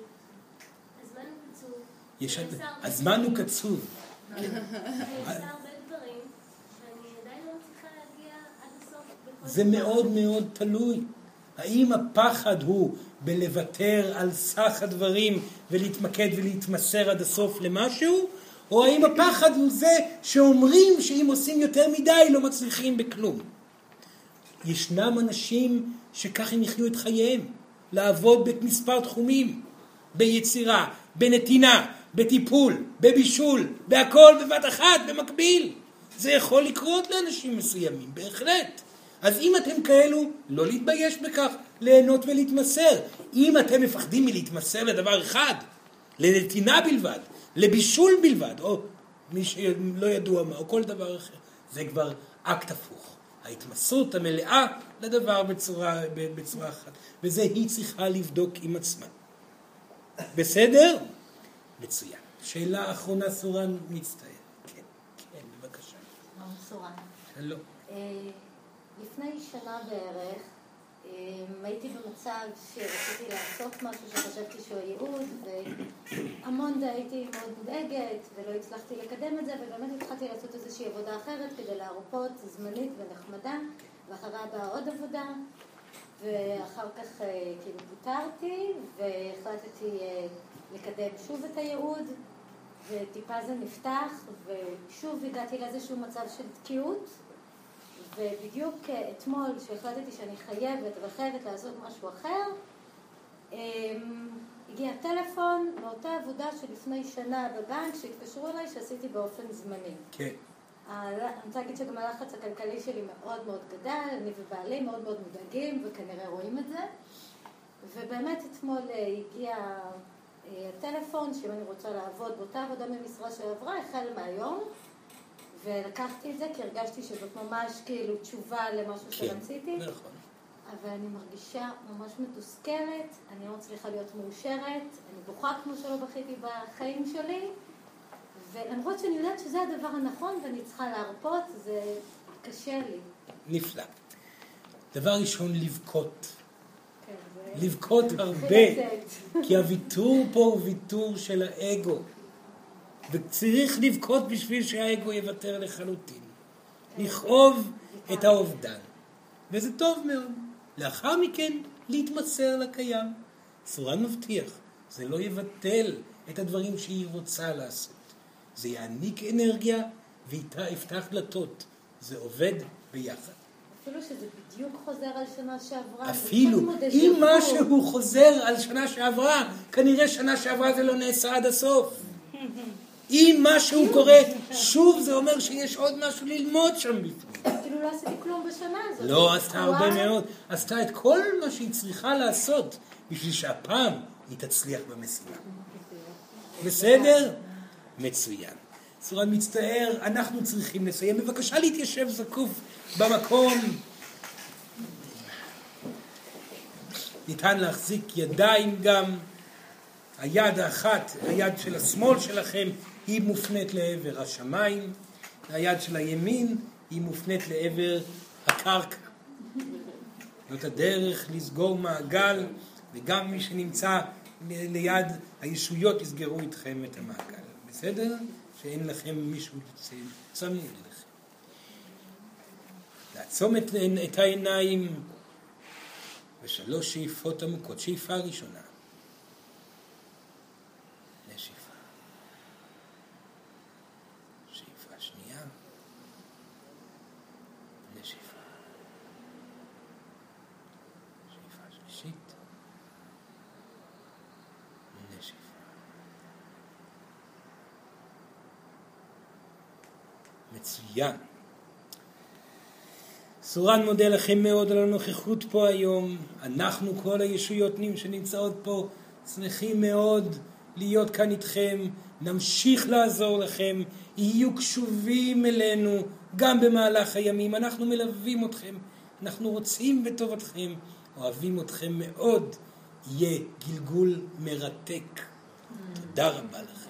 הזמן הוא קצוב. הזמן הוא קצוב. אני עושה הרבה דברים, ואני עדיין לא מצליחה להגיע עד הסוף. זה מאוד מאוד תלוי. האם הפחד הוא בלוותר על סך הדברים ולהתמקד ולהתמסר עד הסוף למשהו? או האם הפחד הוא זה שאומרים שאם עושים יותר מדי לא מצליחים בכלום? ישנם אנשים שכך הם יחיו את חייהם. לעבוד במספר תחומים. ביצירה, בנתינה, בטיפול, בבישול, בהכל בבת אחת, במקביל. זה יכול לקרות לאנשים מסוימים, בהחלט. אז אם אתם כאלו, לא להתבייש בכך, ליהנות ולהתמסר. אם אתם מפחדים מלהתמסר לדבר אחד, לנתינה בלבד, לבישול בלבד, או מי שלא ידוע מה, או כל דבר אחר, זה כבר אקט הפוך. ההתמסרות המלאה לדבר בצורה אחת. וזה היא צריכה לבדוק עם עצמה. בסדר? מצוין. שאלה אחרונה, סורן מצטער. כן, בבקשה. סורן. שלום. לפני שנה בערך הייתי במצב שרציתי לעשות משהו שחשבתי שהוא הייעוד, והמון הייתי מאוד מודאגת ולא הצלחתי לקדם את זה, ובאמת התחלתי לעשות איזושהי עבודה אחרת כדי להרפות זמנית ונחמדה, ואחריה באה עוד עבודה, ואחר כך כאילו פוטרתי והחלטתי לקדם שוב את הייעוד, וטיפה זה נפתח, ושוב הגעתי לאיזשהו מצב של תקיעות, ובדיוק אתמול שהחלטתי שאני חייבת לעשות משהו אחר, הגיע טלפון מאותה עבודה שלפני שנה בבנק שהתקשרו אליי שעשיתי באופן זמני. כן. אני רוצה להגיד שגם הלחץ הכלכלי שלי מאוד מאוד גדל, אני ובעלי מאוד מאוד מודאגים, וכנראה רואים את זה. ובאמת אתמול הגיע הטלפון, שאם אני רוצה לעבוד באותה עבודה ממשרה שעברה, החל מהיום, ולקחתי את זה כי הרגשתי שזאת ממש כאילו תשובה למשהו שרציתי. נכון. אבל אני מרגישה ממש מתוסכלת, אני לא מצליחה להיות מאושרת, אני בוכה כמו שלא בכיתי בחיים שלי, ולמרות שאני יודעת שזה הדבר הנכון ואני צריכה להרפות, זה קשה לי. נפלא. דבר ראשון, לבכות. כן, לבכות הרבה, כי הוויתור פה הוא ויתור של האגו. וצריך לבכות בשביל שהאגו יוותר לחלוטין. לכאוב את האובדן. וזה טוב מאוד. לאחר מכן, להתמסר לקיים. סורן מבטיח, זה לא יבטל את הדברים שהיא רוצה לעשות. זה יעניק אנרגיה ואיתה יפתח דלתות. זה עובד ביחד. אפילו שזה בדיוק חוזר על שנה שעברה. אפילו, אם משהו חוזר על שנה שעברה, כנראה שנה שעברה זה לא נעשה עד הסוף. אם משהו קורה שוב, זה אומר שיש עוד משהו ללמוד שם בפנים. כאילו לא עשיתי כלום בשנה הזאת. לא, עשתה הרבה מאוד. עשתה את כל מה שהיא צריכה לעשות, בשביל שהפעם היא תצליח במשימה. בסדר? מצוין. סורן מצטער, אנחנו צריכים לסיים. בבקשה להתיישב זקוף במקום. ניתן להחזיק ידיים גם. היד האחת, היד של השמאל שלכם, היא מופנית לעבר השמיים. היד של הימין היא מופנית לעבר הקרקע. זאת הדרך לסגור מעגל, וגם מי שנמצא ליד הישויות יסגרו איתכם את המעגל. בסדר? שאין לכם מישהו ששם לב לכם. לעצום את העיניים ושלוש שאיפות עמוקות. שאיפה ראשונה. נשיפה. שאיפה שנייה. נשיפה. שאיפה שלישית. נשיפה. מצוין. סורן מודה לכם מאוד על הנוכחות פה היום. אנחנו, כל הישויותנים שנמצאות פה, שמחים מאוד להיות כאן איתכם. נמשיך לעזור לכם. יהיו קשובים אלינו גם במהלך הימים. אנחנו מלווים אתכם. אנחנו רוצים בטובתכם. אוהבים אתכם מאוד. יהיה גלגול מרתק. תודה רבה לכם.